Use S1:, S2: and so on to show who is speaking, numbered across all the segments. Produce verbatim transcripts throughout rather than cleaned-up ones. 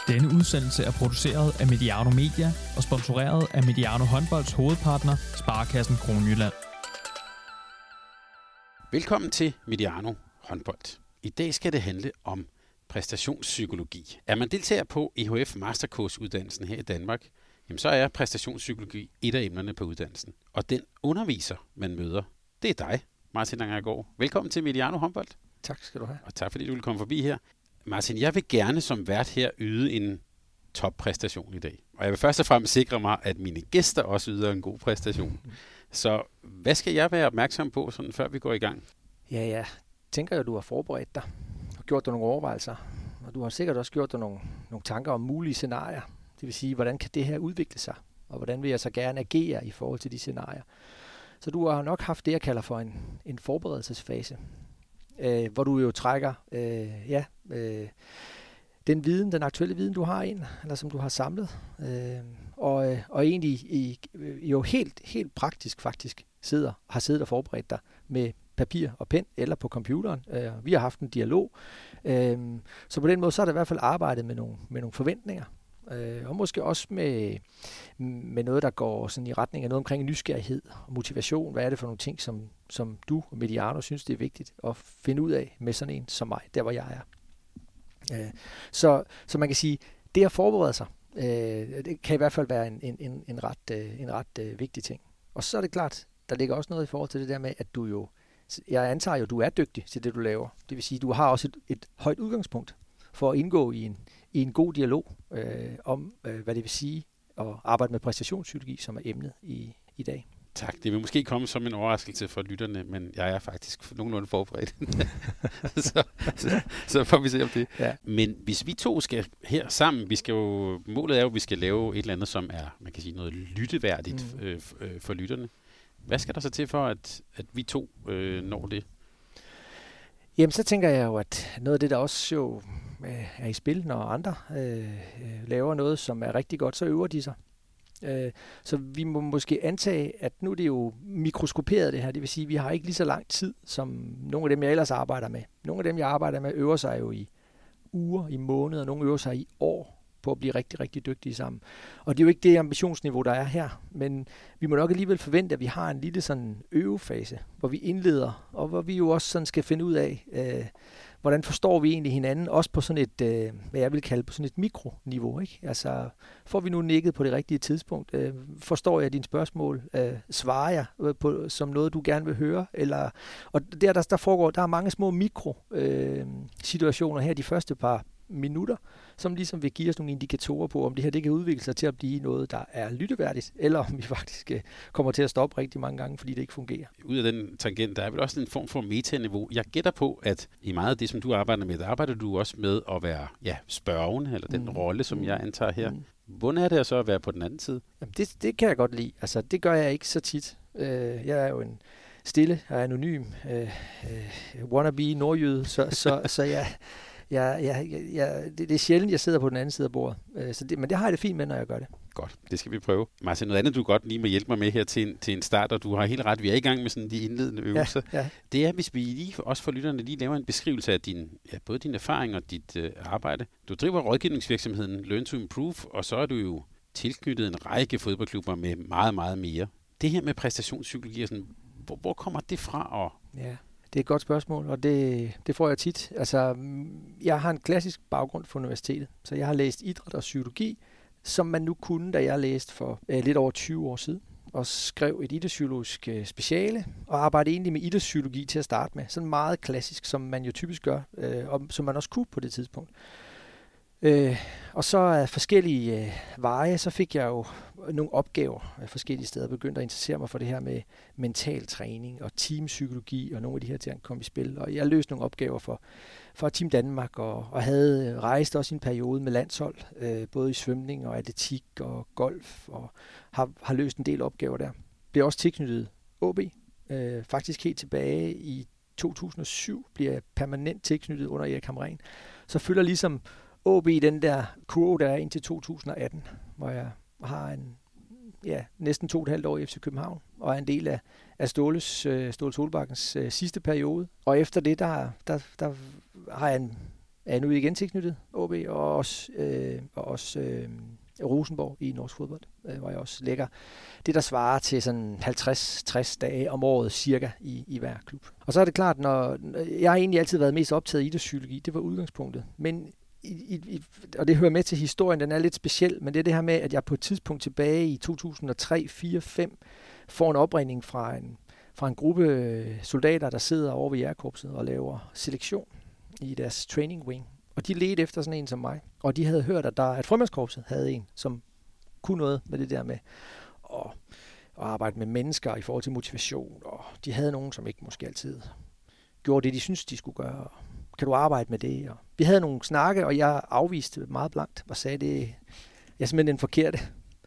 S1: Denne udsendelse er produceret af Mediano Media og sponsoreret af Mediano Håndbolds hovedpartner, Sparekassen Kronjylland.
S2: Velkommen til Mediano Håndbold. I dag skal det handle om præstationspsykologi. Er man deltager på E H F Mastercourse-uddannelsen her i Danmark, jamen så er præstationspsykologi et af emnerne på uddannelsen. Og den underviser, man møder, det er dig, Martin Angergaard. Velkommen til Mediano Håndbold.
S3: Tak skal du have.
S2: Og tak fordi du vil komme forbi her. Martin, jeg vil gerne som vært her yde en toppræstation i dag. Og jeg vil først og fremmest sikre mig, at mine gæster også yder en god præstation. Så hvad skal jeg være opmærksom på, sådan, før vi går i gang?
S3: Ja, ja. Tænker jeg, at du har forberedt dig og gjort dig nogle overvejelser. Og du har sikkert også gjort dig nogle, nogle tanker om mulige scenarier. Det vil sige, hvordan kan det her udvikle sig? Og hvordan vil jeg så gerne agere i forhold til de scenarier? Så du har nok haft det, jeg kalder for en, en forberedelsesfase. Øh, hvor du jo trækker øh, ja, øh, den viden, den aktuelle viden, du har ind, eller som du har samlet. Øh, og, og egentlig i, jo helt, helt praktisk faktisk sidder, har siddet og forberedt dig med papir og pen eller på computeren. Øh, vi har haft en dialog. Øh, så på den måde så er der i hvert fald arbejdet med nogle, med nogle forventninger. Øh, og måske også med, med noget, der går sådan i retning af noget omkring nysgerrighed og motivation. Hvad er det for nogle ting, som, som du og Mediano synes, det er vigtigt at finde ud af med sådan en som mig, der hvor jeg er. Øh, så, så man kan sige, det at forberede sig, øh, det kan i hvert fald være en, en, en ret, øh, en ret øh, vigtig ting. Og så er det klart, der ligger også noget i forhold til det der med, at du jo, jeg antager jo, du er dygtig til det, du laver. Det vil sige, du har også et, et højt udgangspunkt for at indgå i en, i en god dialog øh, om, øh, hvad det vil sige at arbejde med præstationspsykologi, som er emnet i, i dag.
S2: Tak. Det vil måske komme som en overraskelse for lytterne, men jeg er faktisk nogenlunde forberedt. så, så, så får vi se om det. Ja. Men hvis vi to skal her sammen, vi skal jo, målet er jo, at vi skal lave et eller andet, som er, man kan sige, noget lytteværdigt mm. øh, øh, for lytterne. Hvad skal der så til for, at, at vi to øh, når det?
S3: Jamen, så tænker jeg jo, at noget af det, der også jo øh, er i spil, når andre øh, laver noget, som er rigtig godt, så øver de sig. Øh, så vi må måske antage, at nu er det jo mikroskoperet det her. Det vil sige, at vi har ikke lige så lang tid, som nogle af dem, jeg ellers arbejder med. Nogle af dem, jeg arbejder med, øver sig jo i uger, i måneder, og nogle øver sig i år på at blive rigtig, rigtig dygtige sammen. Og det er jo ikke det ambitionsniveau, der er her, men vi må nok alligevel forvente, at vi har en lille sådan øvefase, hvor vi indleder, og hvor vi jo også sådan skal finde ud af, øh, hvordan forstår vi egentlig hinanden, også på sådan et, øh, hvad jeg vil kalde på sådan et mikroniveau, ikke? Altså, får vi nu nikket på det rigtige tidspunkt? Øh, forstår jeg dine spørgsmål? Øh, svarer jeg på, som noget, du gerne vil høre? Eller, og der, der, der foregår, der er mange små mikro øh, situationer her de første par minutter, som ligesom vil give os nogle indikatorer på, om det her det kan udvikle sig til at blive noget, der er lytteværdigt, eller om vi faktisk uh, kommer til at stoppe rigtig mange gange, fordi det ikke fungerer.
S2: Ud af den tangent, der er vel også en form for metaniveau. Jeg gætter på, at i meget af det, som du arbejder med, der arbejder du også med at være ja, spørgende, eller den mm. rolle, som jeg antager her. Mm. Hvordan er det så at være på den anden side?
S3: Jamen det, det kan jeg godt lide. Altså, det gør jeg ikke så tit. Uh, jeg er jo en stille og anonym uh, uh, wannabe nordjyde, så, så, så jeg... Ja, ja, ja, det, det er sjældent, jeg sidder på den anden side af bordet. Øh, så det, men det har jeg det fint med, når jeg gør det.
S2: Godt, det skal vi prøve. Martin, noget andet, du godt lige må hjælpe mig med her til en, til en start, og du har helt ret, vi er i gang med sådan de indledende øvelser. Ja, ja. Det er, hvis vi lige, også for lytterne, lige laver en beskrivelse af din, ja, både din erfaring og dit øh, arbejde. Du driver rådgivningsvirksomheden Learn to Improve, og så er du jo tilknyttet en række fodboldklubber med meget, meget mere. Det her med præstationspsykologi, sådan, hvor, hvor kommer det fra? Og
S3: ja. Det er et godt spørgsmål, og det, det får jeg tit. Altså, jeg har en klassisk baggrund for universitetet, så jeg har læst idræt og psykologi, som man nu kunne, da jeg læste for eh, lidt over tyve år siden, og skrev et idrætspsykologisk eh, speciale, og arbejdede egentlig med idrætspsykologi til at starte med. Sådan meget klassisk, som man jo typisk gør, eh, og som man også kunne på det tidspunkt. Øh, og så af forskellige øh, veje, så fik jeg jo nogle opgaver af forskellige steder, begyndte at interessere mig for det her med mental træning og teampsykologi, og nogle af de her ting kom i spil. Og jeg løste nogle opgaver for, for Team Danmark, og, og havde rejst også i en periode med landshold, øh, både i svømning og atletik og golf, og har, har løst en del opgaver der. Blev også tilknyttet O B, øh, faktisk helt tilbage i to tusind og syv bliver jeg permanent tilknyttet under Erik Hamrén. Så følger ligesom O B den der kurve, der er indtil to tusind og atten, hvor jeg har en ja, næsten to og et halvt år i F C København, og er en del af, af Ståles, øh, Ståle Solbakkens øh, sidste periode. Og efter det, der, der, der har jeg en er nu igen tilknyttet O B, og også, øh, og også øh, Rosenborg i norsk fodbold, øh, hvor jeg også lægger det, der svarer til sådan halvtreds til tres dage om året cirka i, i hver klub. Og så er det klart, når jeg har egentlig altid været mest optaget af idrætspsykologi, det var udgangspunktet. Men i, i, og det hører med til historien, den er lidt speciel, men det er det her med, at jeg på et tidspunkt tilbage i to tusind og tre, fire, fem får en opringning fra en, fra en gruppe soldater, der sidder over ved jægerkorpset og laver selektion i deres training wing. Og de ledte efter sådan en som mig. Og de havde hørt, at, der, at frømandskorpset havde en, som kunne noget med det der med at, at arbejde med mennesker i forhold til motivation. Og de havde nogen, som ikke måske altid gjorde det, de syntes, de skulle gøre. Kan du arbejde med det? Og vi havde nogle snakke, og jeg afviste meget blankt og sagde, det jeg er simpelthen den forkerte.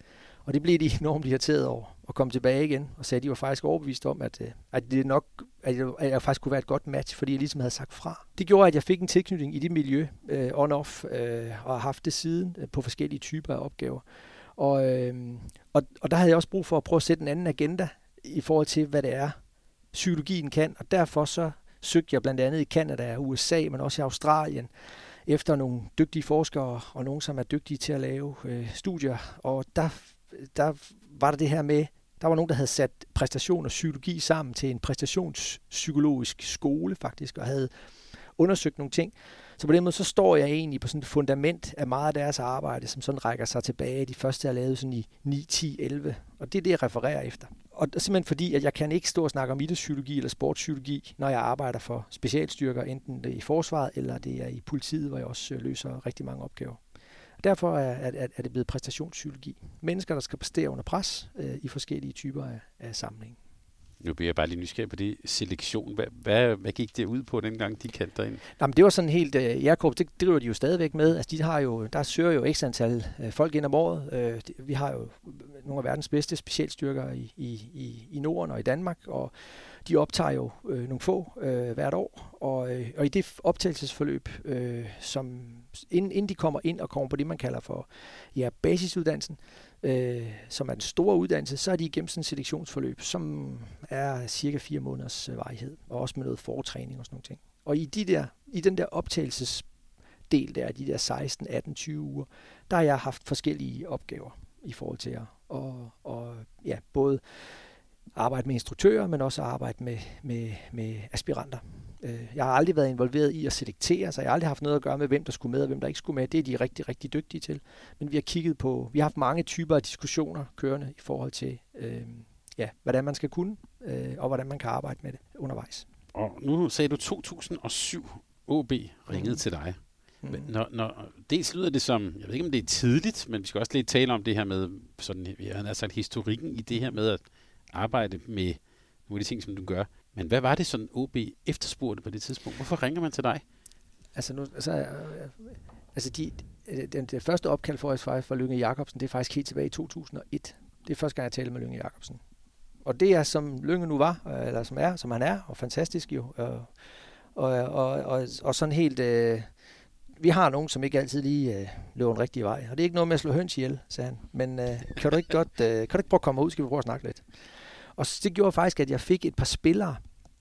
S3: Og det blev de enormt irriteret over og kom tilbage igen og sagde, at de var faktisk overbevist om, at, at, det nok, at, jeg, at jeg faktisk kunne være et godt match, fordi jeg ligesom havde sagt fra. Det gjorde, at jeg fik en tilknytning i det miljø, øh, on-off, øh, og har haft det siden øh, på forskellige typer af opgaver. Og, øh, og, og der havde jeg også brug for at prøve at sætte en anden agenda i forhold til, hvad det er, psykologien kan. Og derfor så søgte jeg blandt andet i Canada og U S A, men også i Australien, efter nogle dygtige forskere og nogen, som er dygtige til at lave øh, studier. Og der der var der det her med, der var nogen, der havde sat præstation og psykologi sammen til en præstationspsykologisk skole faktisk, og havde undersøgt nogle ting. Så på den måde, så står jeg egentlig på sådan et fundament af meget af deres arbejde, som sådan rækker sig tilbage. De første er lavet sådan i ni, ti, elleve, og det er det, jeg refererer efter. Og simpelthen fordi, at jeg kan ikke stå og snakke om idrætspsykologi eller sportspsykologi, når jeg arbejder for specialstyrker, enten det er i forsvaret, eller det er i politiet, hvor jeg også løser rigtig mange opgaver. Derfor er, er, er det blevet præstationspsykologi. Mennesker, der skal præstere under pres øh, i forskellige typer af, af sammenhæng.
S2: Nu bliver jeg bare lige nysgerrig på det selektion. Hvad, hvad, hvad gik det ud på, dengang de kaldte dig ind?
S3: Jamen, det var sådan helt... Øh, Jægerkorps, det driver de jo stadigvæk med. Altså, de har jo, der søger jo ekstra antal øh, folk ind om året. Øh, det, vi har jo nogle af verdens bedste specialstyrker i, i, i, i Norden og i Danmark, og de optager jo øh, nogle få øh, hvert år. Og, øh, og i det optagelsesforløb, øh, som inden, inden de kommer ind og kommer på det, man kalder for ja, basisuddannelsen, øh, som er den store uddannelse, så er de igennem sådan et selektionsforløb, som er cirka fire måneders øh, varighed, og også med noget fortræning og sådan nogle ting. Og i, de der, i den der optagelsesdel der, de der seksten, atten, tyve uger, der har jeg haft forskellige opgaver i forhold til at og, og, ja, både arbejde med instruktører, men også arbejde med, med, med aspiranter. Jeg har aldrig været involveret i at selektere, så jeg har aldrig haft noget at gøre med, hvem der skulle med og hvem der ikke skulle med. Det er de rigtig, rigtig dygtige til. Men vi har kigget på, vi har haft mange typer af diskussioner kørende i forhold til, øh, ja, hvordan man skal kunne, øh, og hvordan man kan arbejde med det undervejs.
S2: Og nu sagde du to tusind og syv, O B ringede mm. til dig. Mm. Når, når, dels lyder det som, jeg ved ikke om det er tidligt, men vi skal også lidt tale om det her med, sådan, jeg har sagt, historikken i det her med at arbejde med nogle af de ting, som du gør. Men hvad var det, sådan O B efterspurgte på det tidspunkt? Hvorfor ringer man til dig?
S3: Altså, nu, altså, øh, altså de, den, det første opkald for os fra Lynge Jacobsen, det er faktisk helt tilbage i to tusind og et. Det er første gang, jeg talte med Lynge Jacobsen. Og det er, som Lynge nu var, eller som er, som han er, og fantastisk jo. Og, og, og, og, og sådan helt... Øh, vi har nogen, som ikke altid lige øh, løber en rigtig vej. Og det er ikke noget med at slå høns ihjel, sagde han. Men øh, kan du ikke godt, øh, kan du ikke prøve at komme ud, skal vi prøve at snakke lidt. Og det gjorde faktisk, at jeg fik et par spillere.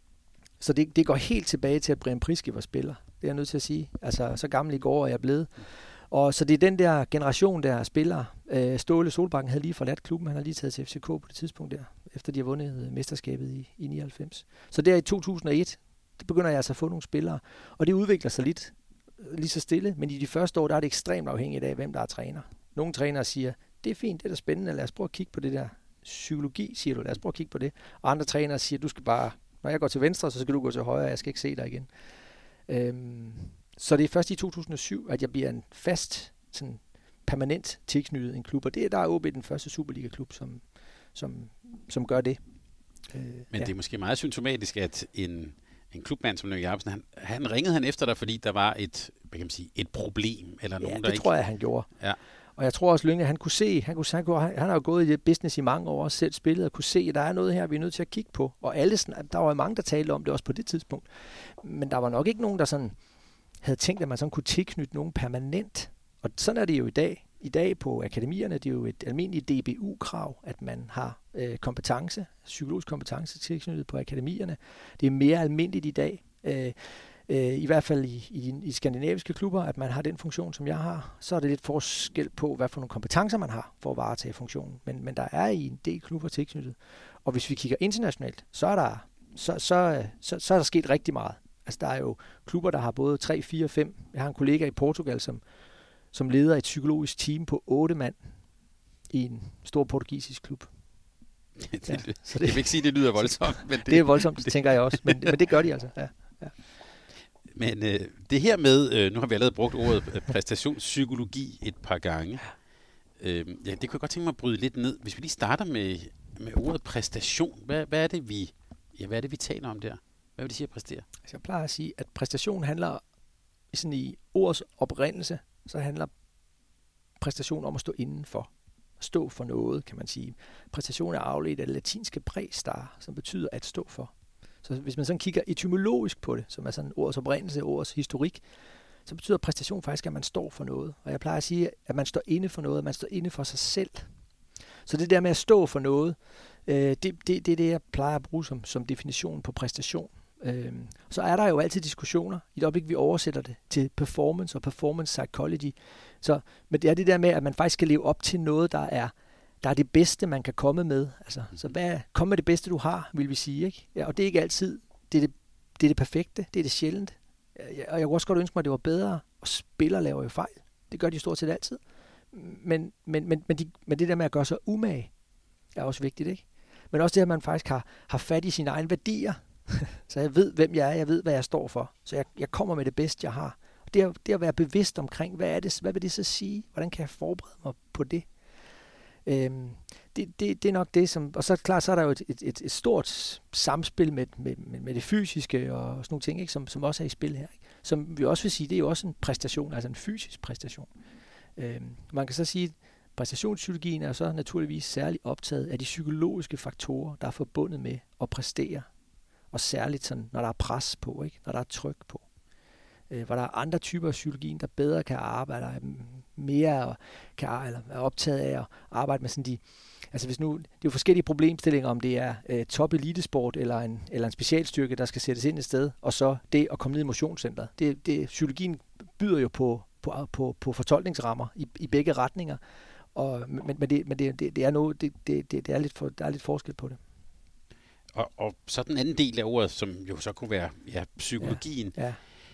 S3: Så det, det går helt tilbage til, at Brian Priske var spiller. Det er jeg nødt til at sige. Altså, så gammel i går er jeg blevet. Og så det er den der generation der spillere. Øh, Ståle Solbakken havde lige forladt klubben. Han har lige taget til F C K på det tidspunkt der, efter de har vundet mesterskabet i, i nioghalvfems. Så der i to tusind og et, det begynder jeg altså at få nogle spillere. Og det udvikler sig lidt lige så stille, men i de første år, der er det ekstremt afhængigt af, hvem der er træner. Nogle trænere siger, det er fint, det er da spændende, lad os prøve at kigge på det der. Psykologi, siger du, lad os prøve at kigge på det. Og andre trænere siger, du skal bare, når jeg går til venstre, så skal du gå til højre, jeg skal ikke se dig igen. Øhm, så det er først i to tusind og syv, at jeg bliver en fast, sådan permanent tilknyttet en klub, og det er der er O B den første Superliga-klub, som, som, som gør det.
S2: Øh, Men ja. Det er måske meget symptomatisk, at en En klubmand som Lynge Jacobsen, han, han ringede han efter dig, fordi der var et, hvad kan man sige, et problem eller nogen,
S3: ja,
S2: der ikke...
S3: det tror jeg, han gjorde. Ja. Og jeg tror også, Lynge, han kunne se, han, kunne, han, kunne, han har jo gået i det business i mange år, selv spillet, og kunne se, at der er noget her, vi er nødt til at kigge på. Og alle, der var mange, der talte om det også på det tidspunkt. Men der var nok ikke nogen, der sådan havde tænkt, at man sådan kunne tilknytte nogen permanent. Og sådan er det jo i dag. I dag på akademierne, det er jo et almindeligt D B U-krav, at man har øh, kompetence, psykologisk kompetence tilknyttet på akademierne. Det er mere almindeligt i dag. Øh, øh, i hvert fald i, i, i skandinaviske klubber, at man har den funktion, som jeg har. Så er det lidt forskel på, hvad for nogle kompetencer man har for at varetage funktionen. Men, men der er i en del klubber tilknyttet. Og hvis vi kigger internationalt, så er der, så, så, så, så er der sket rigtig meget. Altså der er jo klubber, der har både tre, fire, fem. Jeg har en kollega i Portugal, som, som leder et psykologisk team på otte mand i en stor portugisisk klub.
S2: det, ja, så det, jeg vil ikke sige, at det lyder voldsomt. Men det,
S3: det er voldsomt, det tænker jeg også. Men, men det gør de altså, ja. ja.
S2: Men øh, det her med, øh, nu har vi allerede brugt ordet øh, præstationspsykologi et par gange. Øh, ja, det kunne jeg godt tænke mig at bryde lidt ned. Hvis vi lige starter med, med ordet præstation, hvad, hvad, er det, vi, ja, hvad er det, vi taler om der? Hvad vil det sige at præstere?
S3: Altså, jeg plejer at sige, at præstation handler sådan i ordets oprindelse, så handler præstation om at stå indenfor. Stå for noget, kan man sige. Præstation er afledt af det latinske præstar, som betyder at stå for. Så hvis man sådan kigger etymologisk på det, som er sådan ordets oprindelse, ordets historik, så betyder præstation faktisk, at man står for noget. Og jeg plejer at sige, at man står inde for noget, at man står inde for sig selv. Så det der med at stå for noget, øh, det, det, det er det, jeg plejer at bruge som, som definition på præstation. Øh, så er der jo altid diskussioner, i det øjeblik, vi oversætter det til performance og performance psychology. Så, men det er det der med, at man faktisk skal leve op til noget, der er der er det bedste, man kan komme med. Altså, så hvad, kom med det bedste, du har, vil vi sige. Ikke? Ja, og det er ikke altid, det er det, det er det perfekte, det er det sjældent. Ja, og jeg kunne også godt ønske mig, at det var bedre, og spillere laver jo fejl. Det gør de stort set altid. Men, men, men, men, de, men det der med at gøre sig umage, er også vigtigt, ikke? Men også det, at man faktisk har, har fat i sine egne værdier. Så jeg ved, hvem jeg er, jeg ved, hvad jeg står for. Så jeg, jeg kommer med det bedste, jeg har. Det at, det at være bevidst omkring, hvad er det, hvad vil det så sige? Hvordan kan jeg forberede mig på det? Øhm, det, det, det er nok det, som... Og så klart, så er der jo et, et, et stort samspil med, med, med det fysiske og sådan nogle ting, ikke? Som, som også er i spil her. Ikke? Som vi også vil sige, det er jo også en præstation, altså en fysisk præstation. Øhm, man kan så sige, at præstationspsykologien er så naturligvis særligt optaget af de psykologiske faktorer, der er forbundet med at præstere. Og særligt sådan, når der er pres på, ikke? Når der er tryk på. Øh, hvor der er andre typer af psykologien, der bedre kan arbejde mere, kan, eller er optaget af at arbejde med sådan de... Altså hvis nu, det er jo forskellige problemstillinger, om det er øh, top elitesport eller en, eller en specialstyrke, der skal sættes ind et sted, og så det at komme ned i motionscenteret. Det, det, psykologien byder jo på, på, på, på fortolkningsrammer i, i begge retninger, og, men, men, det, men det, det, det er noget, det, det, det er lidt for, der er lidt forskel på det.
S2: Og, og så den anden del af ordet, som jo så kunne være ja, psykologien,
S3: ja, ja.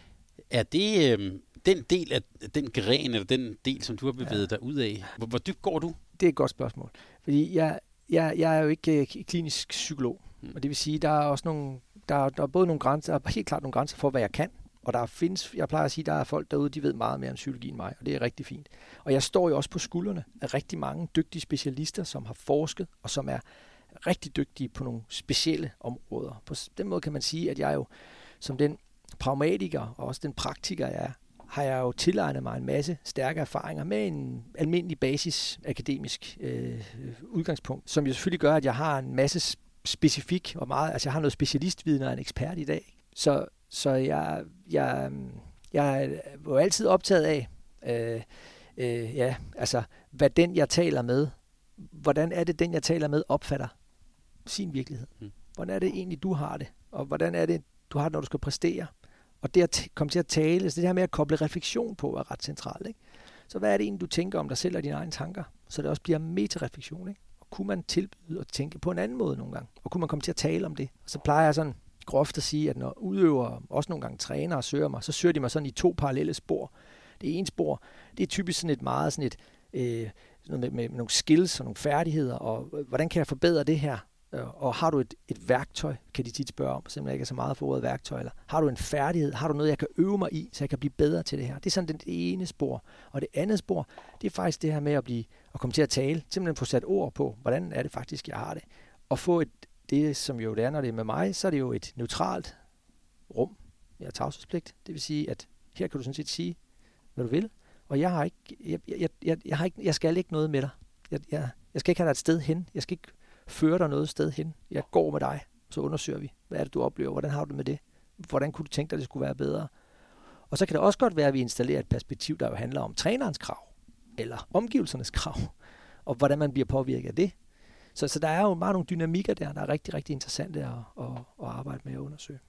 S2: Er det øh, den del af den gren, eller den del, som du har bevæget ja. dig ud af? Hvor, hvor dybt går du?
S3: Det er et godt spørgsmål. Fordi jeg, jeg, jeg er jo ikke uh, klinisk psykolog. Hmm. Og det vil sige, der er også nogle, der, der er både nogle grænser, der er helt klart nogle grænser for, hvad jeg kan. Og der findes, jeg plejer at sige, der er folk derude, de ved meget mere om psykologi end mig, og det er rigtig fint. Og jeg står jo også på skuldrene af rigtig mange dygtige specialister, som har forsket, og som er rigtig dygtige på nogle specielle områder. På den måde kan man sige, at jeg jo som den pragmatiker og også den praktiker, jeg er, har jeg jo tilegnet mig en masse stærke erfaringer med en almindelig basis akademisk øh, udgangspunkt, som jo selvfølgelig gør, at jeg har en masse specifik og meget, altså jeg har noget specialistviden og en ekspert i dag. Så, så jeg, jeg, jeg er jo altid optaget af, øh, øh, ja, altså hvad den jeg taler med, hvordan er det den jeg taler med opfatter sin virkelighed. Hvordan er det egentlig du har det, og hvordan er det du har det, når du skal præstere. Og det at t- komme til at tale, så det her med at koble refleksion på er ret centralt. Ikke? Så hvad er det egentlig, du tænker om dig selv og dine egne tanker? Så det også bliver metareflektion. Ikke? Og kunne man tilbyde at tænke på en anden måde nogle gange? Og kunne man komme til at tale om det? Og så plejer jeg sådan groft at sige, at når udøvere, også nogle gange trænere, søger mig, så søger de mig sådan i to parallelle spor. Det ene spor, det er typisk sådan et meget sådan et, øh, sådan med, med, med nogle skills og nogle færdigheder, og øh, hvordan kan jeg forbedre det her? Og har du et, et værktøj, kan de tit spørge om, selvom jeg ikke er så meget for ordet værktøj, eller har du en færdighed, har du noget, jeg kan øve mig i, så jeg kan blive bedre til det her. Det er sådan det ene spor. Og det andet spor, det er faktisk det her med at, blive, at komme til at tale, simpelthen få sat ord på, hvordan er det faktisk, jeg har det. Og få et, det, som jo det er, når det er med mig, så er det jo et neutralt rum. Jeg har tavshedspligt. Det vil sige, at her kan du sådan set sige, hvad du vil. Og jeg har ikke, jeg, jeg, jeg, jeg, har ikke, jeg skal ikke noget med dig. Jeg, jeg, jeg skal ikke have dig et sted hen. Jeg skal ikke fører dig noget sted hen. Jeg går med dig, så undersøger vi. Hvad er det, du oplever? Hvordan har du det med det? Hvordan kunne du tænke dig, at det skulle være bedre? Og så kan det også godt være, at vi installerer et perspektiv, der jo handler om trænerens krav, eller omgivelsernes krav, og hvordan man bliver påvirket af det. Så, så der er jo bare nogle dynamikker der, der er rigtig, rigtig interessante at, at, at arbejde med og undersøge.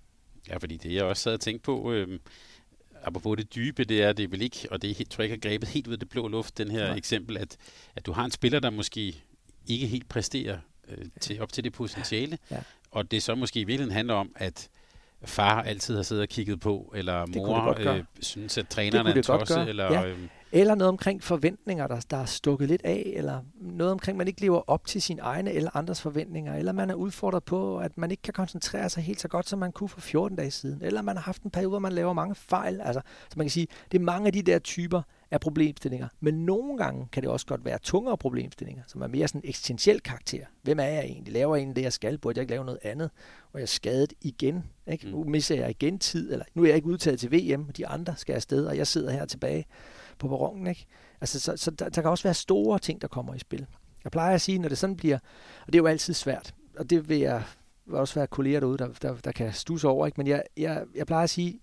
S2: Ja, fordi det jeg også sad og tænkte på, øh, apropos det dybe, det er, det er vel ikke, og det er helt, tror jeg ikke har grebet helt ud af det blå luft, den her ja. eksempel, at, at du har en spiller, der måske ikke helt præsterer øh, til, op til det potentiale, ja. og det så måske i virkeligheden handler om, at far altid har siddet og kigget på, eller mor øh, synes, at træneren er en tosse, eller...
S3: Ja. Øh, eller noget omkring forventninger, der, der er stukket lidt af, eller noget omkring, man ikke lever op til sine egne eller andres forventninger, eller man er udfordret på, at man ikke kan koncentrere sig helt så godt, som man kunne for fjorten dage siden, eller man har haft en periode, hvor man laver mange fejl. Altså, så man kan sige, det er mange af de der typer af problemstillinger, men nogle gange kan det også godt være tungere problemstillinger, som er mere sådan eksistentiel karakter. Hvem er jeg egentlig? Laver jeg egentlig det, jeg skal? Burde jeg ikke lave noget andet? Og jeg er skadet igen. Ikke? Nu misser jeg igen tid, eller nu er jeg ikke udtaget til V M, og de andre skal afsted, og jeg sidder her tilbage på perronen, ikke? Altså, så, så der, der kan også være store ting, der kommer i spil. Jeg plejer at sige, når det sådan bliver, og det er jo altid svært, og det vil jeg vil også være kolleger derude, der, der, der kan stusse over, ikke? Men jeg, jeg, jeg plejer at sige,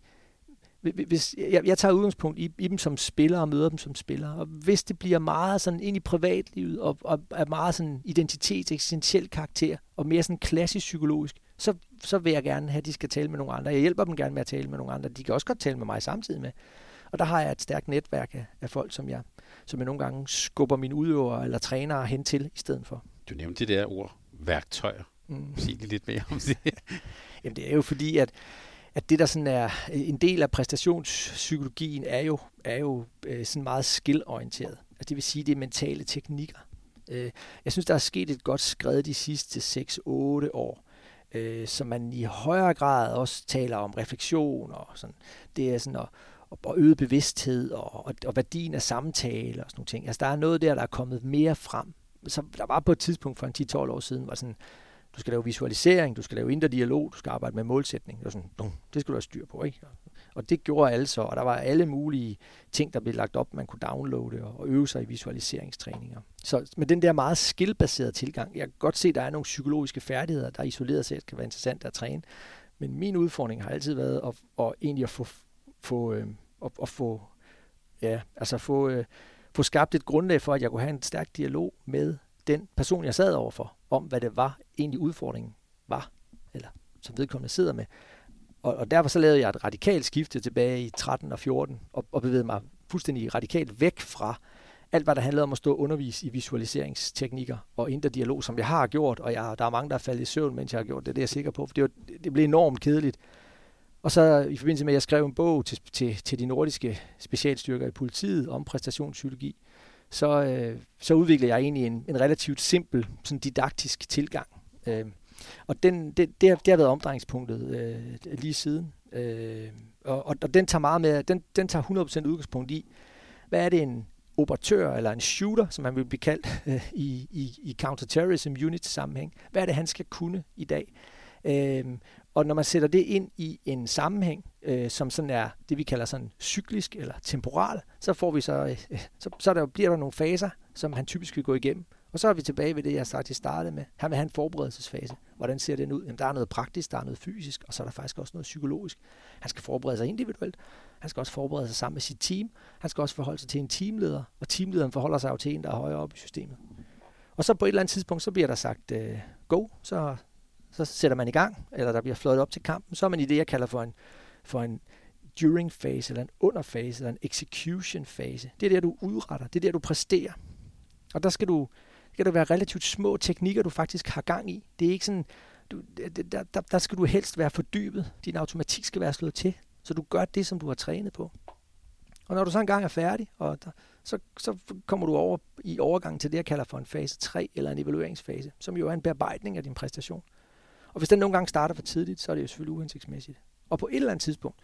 S3: hvis, jeg, jeg tager udgangspunkt i, i dem som spillere og møder dem som spillere, og hvis det bliver meget sådan ind i privatlivet, og, og er meget sådan identitets, eksistentiel karakter, og mere sådan klassisk psykologisk, så, så vil jeg gerne have, at de skal tale med nogle andre. Jeg hjælper dem gerne med at tale med nogle andre. De kan også godt tale med mig samtidig med. Og der har jeg et stærkt netværk af, af folk, som jeg, som jeg nogle gange skubber mine udøvere eller trænere hen til i stedet for.
S2: Du nævnte det der ord, værktøjer. Mm. Sig lidt mere om det.
S3: Jamen det er jo fordi, at, at det der sådan er en del af præstationspsykologien, er jo, er jo øh, sådan meget skill-orienteret. Altså det vil sige, det er mentale teknikker. Øh, jeg synes, der er sket et godt skred de sidste seks otte år, øh, så man i højere grad også taler om refleksion og sådan. Det er sådan at og øget bevidsthed og, og, og værdien af samtale og sådan nogle ting. Altså, der er noget der, der er kommet mere frem. Så der var på et tidspunkt for en ti tolv år siden, var sådan, du skal lave visualisering, du skal lave indre dialog, du skal arbejde med målsætning. Det var sådan, det skal du have styr på, ikke? Og det gjorde alle så, og der var alle mulige ting, der blev lagt op, man kunne downloade og, og øve sig i visualiseringstræninger. Så med den der meget skillbaserede tilgang, jeg kan godt se, at der er nogle psykologiske færdigheder, der isoleret set kan være interessant at træne, men min udfordring har altid været at, at egentlig at få få øh, og, og få ja, altså få øh, få skabt et grundlag for, at jeg kunne have en stærk dialog med den person, jeg sad overfor, om hvad det var egentlig udfordringen var, eller som vedkommende sidder med. Og, og derfor så lavede jeg et radikalt skifte tilbage i tretten og fjorten, og, og bevægede mig fuldstændig radikalt væk fra alt, hvad der handlede om at stå og undervise i visualiseringsteknikker og indre dialog, som jeg har gjort, og jeg, der er mange, der er faldet i søvn, mens jeg har gjort det, det er jeg sikker på, for det, var, det blev enormt kedeligt. Og så i forbindelse med, at jeg skrev en bog til, til, til de nordiske specialstyrker i politiet om præstationspsykologi, så, øh, så udviklede jeg egentlig en, en relativt simpel sådan didaktisk tilgang. Øh, og den, det, det, har, det har været omdrejningspunktet øh, lige siden. Øh, og, og den tager meget med, den, den tager hundrede procent udgangspunkt i, hvad er det en operatør eller en shooter, som han vil blive kaldt øh, i, i, i counterterrorism unit sammenhæng. Hvad er det, han skal kunne i dag? Øh, Og når man sætter det ind i en sammenhæng, øh, som sådan er det, vi kalder sådan cyklisk eller temporal, så får vi så, øh, så, så der, bliver der nogle faser, som han typisk vil gå igennem. Og så er vi tilbage ved det, jeg sagt, jeg startede med. Han vil have en forberedelsesfase. Hvordan ser den ud? Jamen, der er noget praktisk, der er noget fysisk, og så er der faktisk også noget psykologisk. Han skal forberede sig individuelt. Han skal også forberede sig sammen med sit team. Han skal også forholde sig til en teamleder, og teamlederen forholder sig jo til en, der er højere oppe i systemet. Og så på et eller andet tidspunkt, så bliver der sagt øh, go, så så sætter man i gang, eller der bliver fløjet op til kampen, så er man i det, jeg kalder for en, for en during phase, eller en underfase, eller en execution fase. Det er der, du udretter, det er der, du præsterer. Og der skal du, det kan der være relativt små teknikker, du faktisk har gang i. Det er ikke sådan, du, der, der, der skal du helst være fordybet. Din automatik skal være slået til, så du gør det, som du har trænet på. Og når du så engang er færdig, og der, så, så kommer du over i overgangen til det, jeg kalder for en fase tre, eller en evalueringsfase, som jo er en bearbejdning af din præstation. Og hvis den nogle gange starter for tidligt, så er det jo selvfølgelig uhensigtsmæssigt. Og på et eller andet tidspunkt,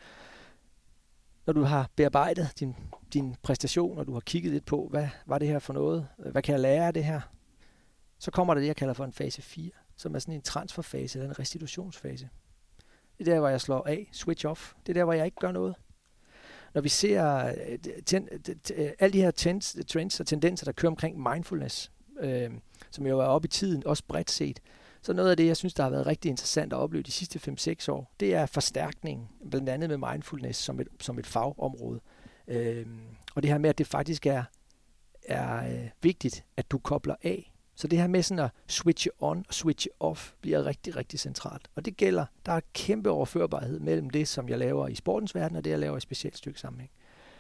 S3: når du har bearbejdet din, din præstation, og du har kigget lidt på, hvad var det her for noget, hvad kan jeg lære af det her, så kommer der det, jeg kalder for en fase fire, som er sådan en transferfase eller en restitutionsfase. Det er der, hvor jeg slår af, switch off. Det er der, hvor jeg ikke gør noget. Når vi ser ten, alle de her trends, trends og tendenser, der kører omkring mindfulness, øh, som jo er oppe i tiden, også bredt set, så noget af det, jeg synes, der har været rigtig interessant at opleve de sidste fem seks år, det er forstærkningen, blandt andet med mindfulness som et, som et fagområde. Øhm, og det her med, at det faktisk er, er øh, vigtigt, at du kobler af. Så det her med sådan at switche on og switche off bliver rigtig, rigtig centralt. Og det gælder, der er kæmpe overførbarhed mellem det, som jeg laver i sportens verden, og det, jeg laver i specielt styrkesammenhæng.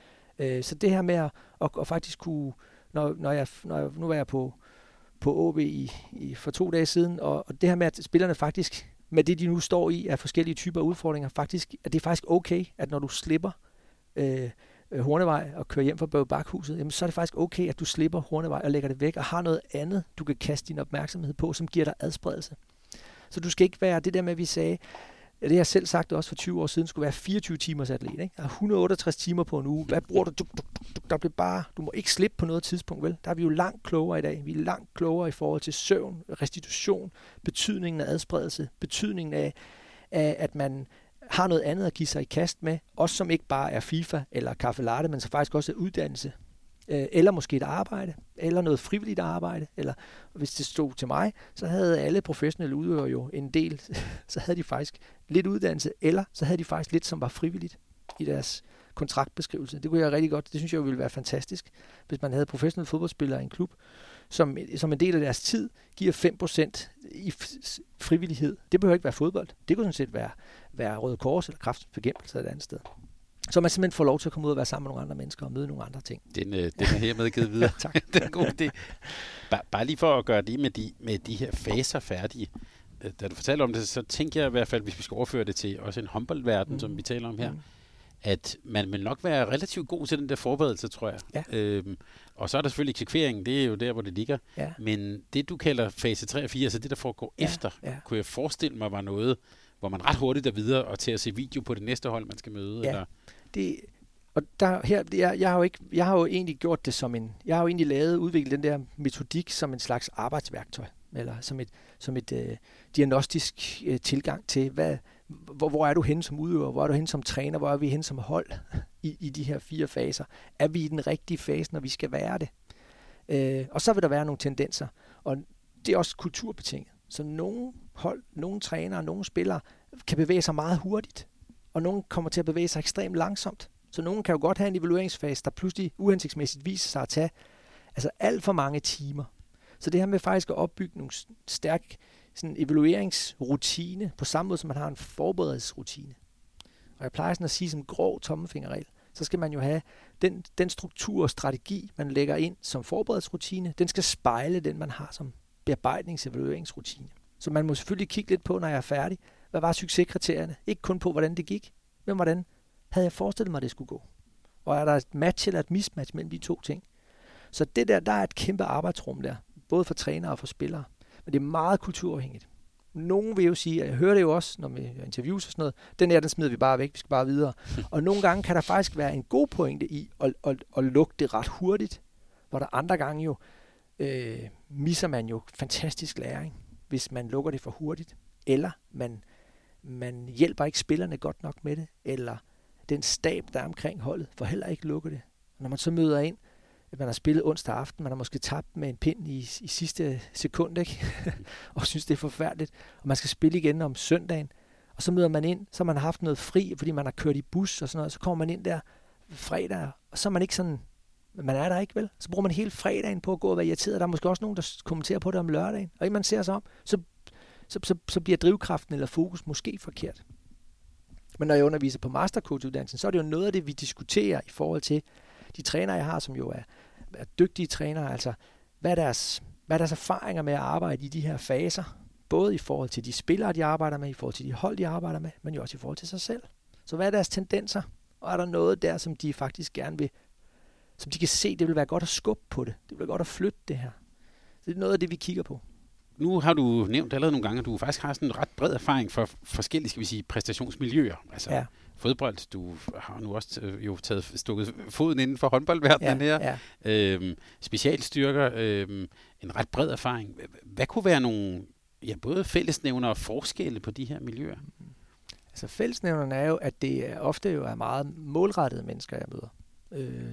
S3: Øh, så det her med at, at, at faktisk kunne, når, når, jeg, når jeg, nu var jeg på, på A B i, i, for to dage siden, og, og det her med, at spillerne faktisk, med det de nu står i, af forskellige typer af udfordringer, faktisk, at det er faktisk okay, at når du slipper øh, Hornevej og kører hjem fra Børge Bakhuset, jamen så er det faktisk okay, at du slipper Hornevej og lægger det væk, og har noget andet, du kan kaste din opmærksomhed på, som giver dig adspredelse. Så du skal ikke være det der med, at vi sagde, det har jeg selv sagt også for tyve år siden, skulle være fireogtyve timers atlet. Ikke? Der er et hundrede og otteogtres timer på en uge. Hvad bruger du? Du, du, du, der bliver bare, du må ikke slippe på noget tidspunkt, vel? Der er vi jo langt klogere i dag. Vi er langt klogere i forhold til søvn, restitution, betydningen af adspredelse, betydningen af, af at man har noget andet at give sig i kast med, også som ikke bare er FIFA eller kaffe latte, men som faktisk også er uddannelse, øh, eller måske et arbejde, eller noget frivilligt arbejde, eller hvis det stod til mig, så havde alle professionelle udøvere jo en del, så havde de faktisk lidt uddannelse, eller så havde de faktisk lidt, som var frivilligt i deres kontraktbeskrivelse. Det kunne jeg rigtig godt, det synes jeg ville være fantastisk, hvis man havde professionelle fodboldspillere i en klub, som, som en del af deres tid giver fem procent i frivillighed. Det behøver ikke være fodbold. Det kunne sådan set være, være Røde Kors eller Kræftens Bekæmpelse et andet sted. Så man simpelthen får lov til at komme ud og være sammen med nogle andre mennesker og møde nogle andre ting.
S2: Den, øh, den er hermed givet videre.
S3: Tak.
S2: Det er en god idé. Bare, bare lige for at gøre det med de, med de her faser færdige. Da du fortalte om det, så tænker jeg i hvert fald, hvis vi skal overføre det til også en håndboldverden, mm. som vi taler om her, mm. at man vil nok være relativt god til den der forberedelse, tror jeg.
S3: Ja.
S2: Øhm, og så er der selvfølgelig eksekveringen, det er jo der, hvor det ligger.
S3: Ja.
S2: Men det, du kalder fase tre og fire, altså det, der foregår ja. efter, ja. kunne jeg forestille mig var noget, hvor man ret hurtigt er videre og til at se video på det næste hold, man skal møde.
S3: Ja.
S2: Eller?
S3: Det, og der, her, det er, jeg, har jo ikke, jeg har jo egentlig gjort det som en, jeg har jo egentlig lavet, udviklet den der metodik som en slags arbejdsværktøj, eller som et, som et øh, diagnostisk øh, tilgang til, hvad, hvor, hvor er du henne som udøver, hvor er du henne som træner, hvor er vi henne som hold i, i de her fire faser. Er vi i den rigtige fase, når vi skal være det? Øh, og så vil der være nogle tendenser, og det er også kulturbetinget. Så nogle hold, nogle trænere, nogle spillere kan bevæge sig meget hurtigt, og nogle kommer til at bevæge sig ekstremt langsomt. Så nogen kan jo godt have en evalueringsfase, der pludselig uhensigtsmæssigt viser sig at tage altså alt for mange timer. Så det her med faktisk at opbygge nogle stærk sådan evalueringsrutine, på samme måde som man har en forberedelsesrutine. Og jeg plejer sådan at sige som grov tommelfingerregel, så skal man jo have den, den struktur og strategi, man lægger ind som forberedelsesrutine, den skal spejle den, man har som bearbejdnings-evalueringsrutine. Så man må selvfølgelig kigge lidt på, når jeg er færdig, hvad var succeskriterierne? Ikke kun på, hvordan det gik, men hvordan havde jeg forestillet mig, at det skulle gå. Og er der et match eller et mismatch mellem de to ting? Så det der, der er et kæmpe arbejdsrum der, både for trænere og for spillere. Men det er meget kulturafhængigt. Nogen vil jo sige, og jeg hører det jo også, når vi interviews og sådan noget, den her, den smider vi bare væk, vi skal bare videre. Og nogle gange kan der faktisk være en god pointe i at, at, at lukke det ret hurtigt, hvor der andre gange jo øh, misser man jo fantastisk læring, hvis man lukker det for hurtigt, eller man, man hjælper ikke spillerne godt nok med det, eller den stab, der er omkring holdet, får heller ikke lukket det. Når man så møder ind, at man har spillet onsdag aften, man har måske tabt med en pind i, i sidste sekund, ikke? og synes, det er forfærdeligt, og man skal spille igen om søndagen, og så møder man ind, så man har haft noget fri, fordi man har kørt i bus og sådan noget, så kommer man ind der fredag, og så er man ikke sådan, man er der ikke, vel? Så bruger man hele fredagen på at gå og være irriteret, der er måske også nogen, der kommenterer på det om lørdagen, og inden man ser sig om, så, så, så, så bliver drivkraften eller fokus måske forkert. Men når jeg underviser på mastercoach-uddannelsen, så er det jo noget af det, vi diskuterer i forhold til de trænere, jeg har, som jo er, er dygtige trænere. Altså, hvad er, deres, hvad er deres erfaringer med at arbejde i de her faser? Både i forhold til de spillere, de arbejder med, i forhold til de hold, de arbejder med, men jo også i forhold til sig selv. Så hvad er deres tendenser? Og er der noget der, som de faktisk gerne vil, som de kan se, det vil være godt at skubbe på det. Det vil være godt at flytte det her. Så det er noget af det, vi kigger på.
S2: Nu har du nævnt allerede nogle gange, at du faktisk har sådan en ret bred erfaring for forskellige, skal vi sige, præstationsmiljøer. Altså ja. Fodbold, du har nu også øh, jo taget stukket foden inden for håndboldverdenen
S3: ja,
S2: her.
S3: Ja.
S2: Øhm, specialstyrker, øhm, en ret bred erfaring. Hvad kunne være nogle, ja, både fællesnævner og forskelle på de her miljøer?
S3: Altså fællesnævnerne er jo, at det er ofte jo er meget målrettede mennesker, jeg møder. Øh,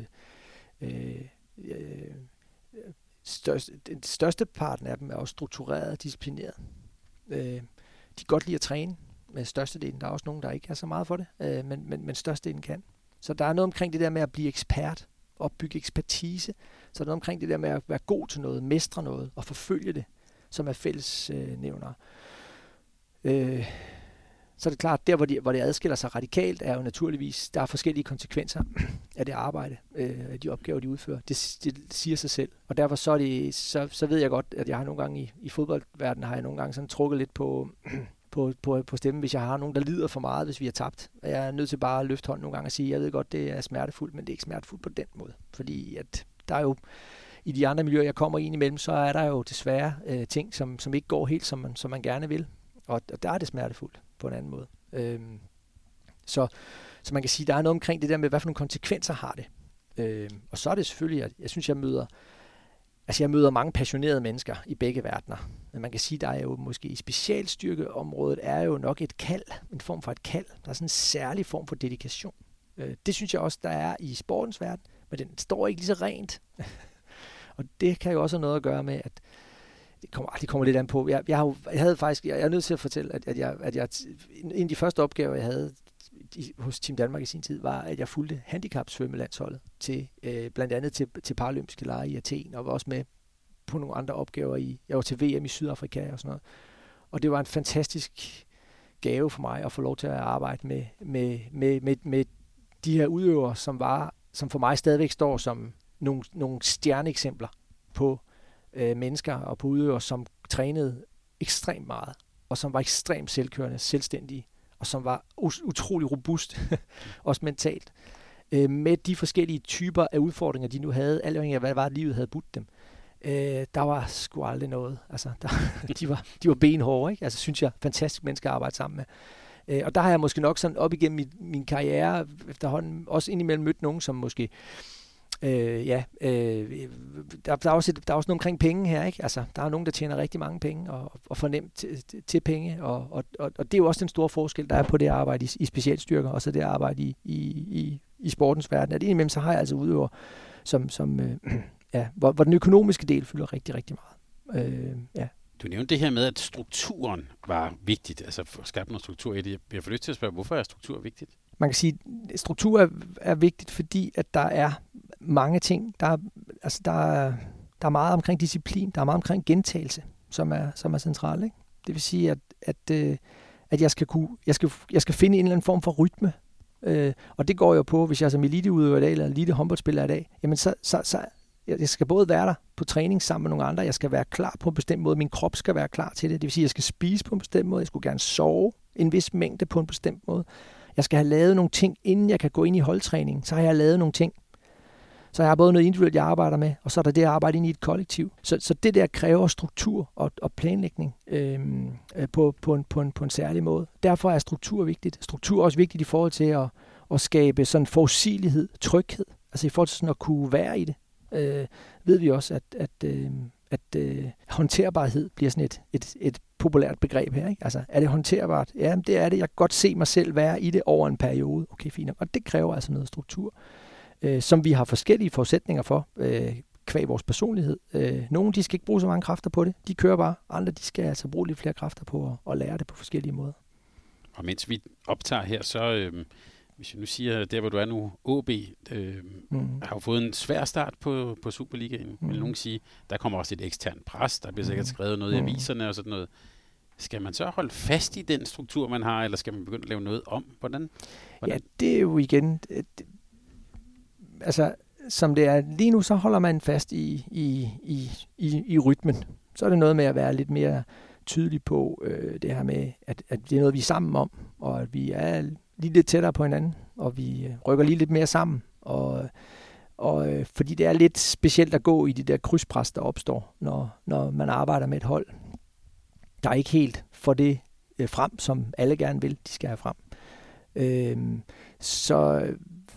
S3: øh, øh, Største, den største parten af dem er også struktureret og disciplineret. Øh, de kan godt lide at træne med størstedelen. Der er også nogen, der ikke er så meget for det, øh, men, men, men størstedelen kan. Så der er noget omkring det der med at blive ekspert opbygge ekspertise. Så er der noget omkring det der med at være god til noget, mestre noget og forfølge det, som er fællesnævnere. Øh, så er det klart, der hvor, de, hvor det adskiller sig radikalt, er jo naturligvis, der er forskellige konsekvenser af det arbejde, øh, af de opgaver, de udfører. Det, det siger sig selv. Og derfor så, er det, så, så ved jeg godt, at jeg har nogle gange i, i fodboldverdenen, har jeg nogle gange sådan trukket lidt på... På, på, på stemmen, hvis jeg har nogen, der lider for meget, hvis vi har tabt. Jeg er nødt til bare at løfte hånden nogle gange og sige, jeg ved godt, det er smertefuldt, men det er ikke smertefuldt på den måde. Fordi at der er jo, i de andre miljøer, jeg kommer ind imellem, så er der jo desværre øh, ting, som, som ikke går helt, som man, som man gerne vil. Og, og der er det smertefuldt på en anden måde. Øhm, så, så man kan sige, der er noget omkring det der med, hvad for nogle konsekvenser har det. Øhm, og så er det selvfølgelig, at jeg synes, jeg møder Altså jeg møder mange passionerede mennesker i begge verdener. Men man kan sige, der er jo måske i specialstyrkeområdet er jo nok et kald, en form for et kald. Der er sådan en særlig form for dedikation. Det synes jeg også, der er i sportens verden, men den står ikke lige så rent. Og det kan jo også have noget at gøre med, at det kommer, det kommer lidt an på. Jeg, jeg, har, jeg havde faktisk, jeg er nødt til at fortælle, at, at, jeg, at jeg, en af de første opgaver, jeg havde i, hos Team Danmark i sin tid, var, at jeg fulgte handicapsvømmelandsholdet til, øh, blandt andet til, til paralympiske lege i Athen, og var også med på nogle andre opgaver i, jeg var til V M i Sydafrika og sådan noget. Og det var en fantastisk gave for mig at få lov til at arbejde med, med, med, med, med de her udøvere, som var, som for mig stadigvæk står som nogle, nogle stjerneeksempler på øh, mennesker og på udøvere, som trænede ekstremt meget, og som var ekstremt selvkørende, selvstændige, og som var utrolig robust, også mentalt, øh, med de forskellige typer af udfordringer, de nu havde, alt afhængig af, hvad det var, livet havde budt dem. Øh, der var sgu aldrig noget. Altså, der, de, var, de var benhårde, ikke? Altså, synes jeg, fantastisk mennesker at arbejde sammen med. Øh, og der har jeg måske nok sådan op igennem min, min karriere efterhånden også indimellem mødt nogen, som måske Øh, ja, øh, der, der, er også et, der er også noget omkring penge her, ikke? Altså, der er nogen, der tjener rigtig mange penge og, og får nemt til, til penge, og, og, og, og det er jo også den store forskel, der er på det arbejde i, i specialstyrker, og så det arbejde i, i, i, i sportens verden. At indimellem så har jeg altså udøver, som, som øh, ja, hvor, hvor den økonomiske del fylder rigtig, rigtig meget. Øh, ja.
S2: Du nævnte det her med, at strukturen var vigtigt, altså for at skabe noget struktur i det. Jeg får lyst til at spørge, hvorfor er struktur vigtigt?
S3: Man kan sige, at struktur er, er vigtigt, fordi at der er mange ting. Der er, altså der er, der er meget omkring disciplin, der er meget omkring gentagelse, som er, som er centralt, ikke? Det vil sige, at, at, øh, at jeg, skal kunne, jeg, skal, jeg skal finde en eller anden form for rytme. Øh, og det går jo på, hvis jeg som eliteudøver i dag, eller elite håndboldspiller i dag, jamen så, så, så jeg skal både være der på træning sammen med nogle andre, jeg skal være klar på en bestemt måde, min krop skal være klar til det, det vil sige, at jeg skal spise på en bestemt måde, jeg skulle gerne sove en vis mængde på en bestemt måde. Jeg skal have lavet nogle ting, inden jeg kan gå ind i holdtræningen, så har jeg lavet nogle ting. Så jeg har både noget individuelt, jeg arbejder med, og så er der det at arbejde ind i et kollektiv. Så, så det der kræver struktur og, og planlægning øhm, øh, på, på, en, på, en, på en særlig måde. Derfor er struktur vigtigt. Struktur er også vigtigt i forhold til at, at skabe sådan forudsigelighed, tryghed. Altså i forhold til sådan at kunne være i det. Øh, ved vi også, at, at, øh, at øh, håndterbarhed bliver sådan et, et, et populært begreb her, ikke? Altså, er det håndterbart? Ja, det er det. Jeg kan godt se mig selv være i det over en periode. Okay, fint. Og det kræver altså noget struktur, øh, som vi har forskellige forudsætninger for, øh, kvæg vores personlighed. Øh, nogle, de skal ikke bruge så mange kræfter på det. De kører bare. Andre, de skal altså bruge lidt flere kræfter på at, at lære det på forskellige måder. Og
S2: mens vi optager her, så... Øh Hvis jeg nu siger, der hvor du er nu, O B, øh, mm. har jo fået en svær start på, på Superligaen, mm. vil nogen sige. Der kommer også et eksternt pres, der bliver sikkert skrevet noget mm. i aviserne og sådan noget. Skal man så holde fast i den struktur, man har, eller skal man begynde at lave noget om? Hvordan? Hvordan?
S3: Ja, det er jo igen... Det, altså, som det er lige nu, så holder man fast i, i, i, i, i rytmen. Så er det noget med at være lidt mere tydelig på øh, det her med, at, at det er noget, vi er sammen om, og at vi er... lige lidt tættere på hinanden, og vi rykker lige lidt mere sammen. Og, og øh, fordi det er lidt specielt at gå i de der krydspres, der opstår, når, når man arbejder med et hold, der ikke helt får det øh, frem, som alle gerne vil, de skal have frem. Øh, så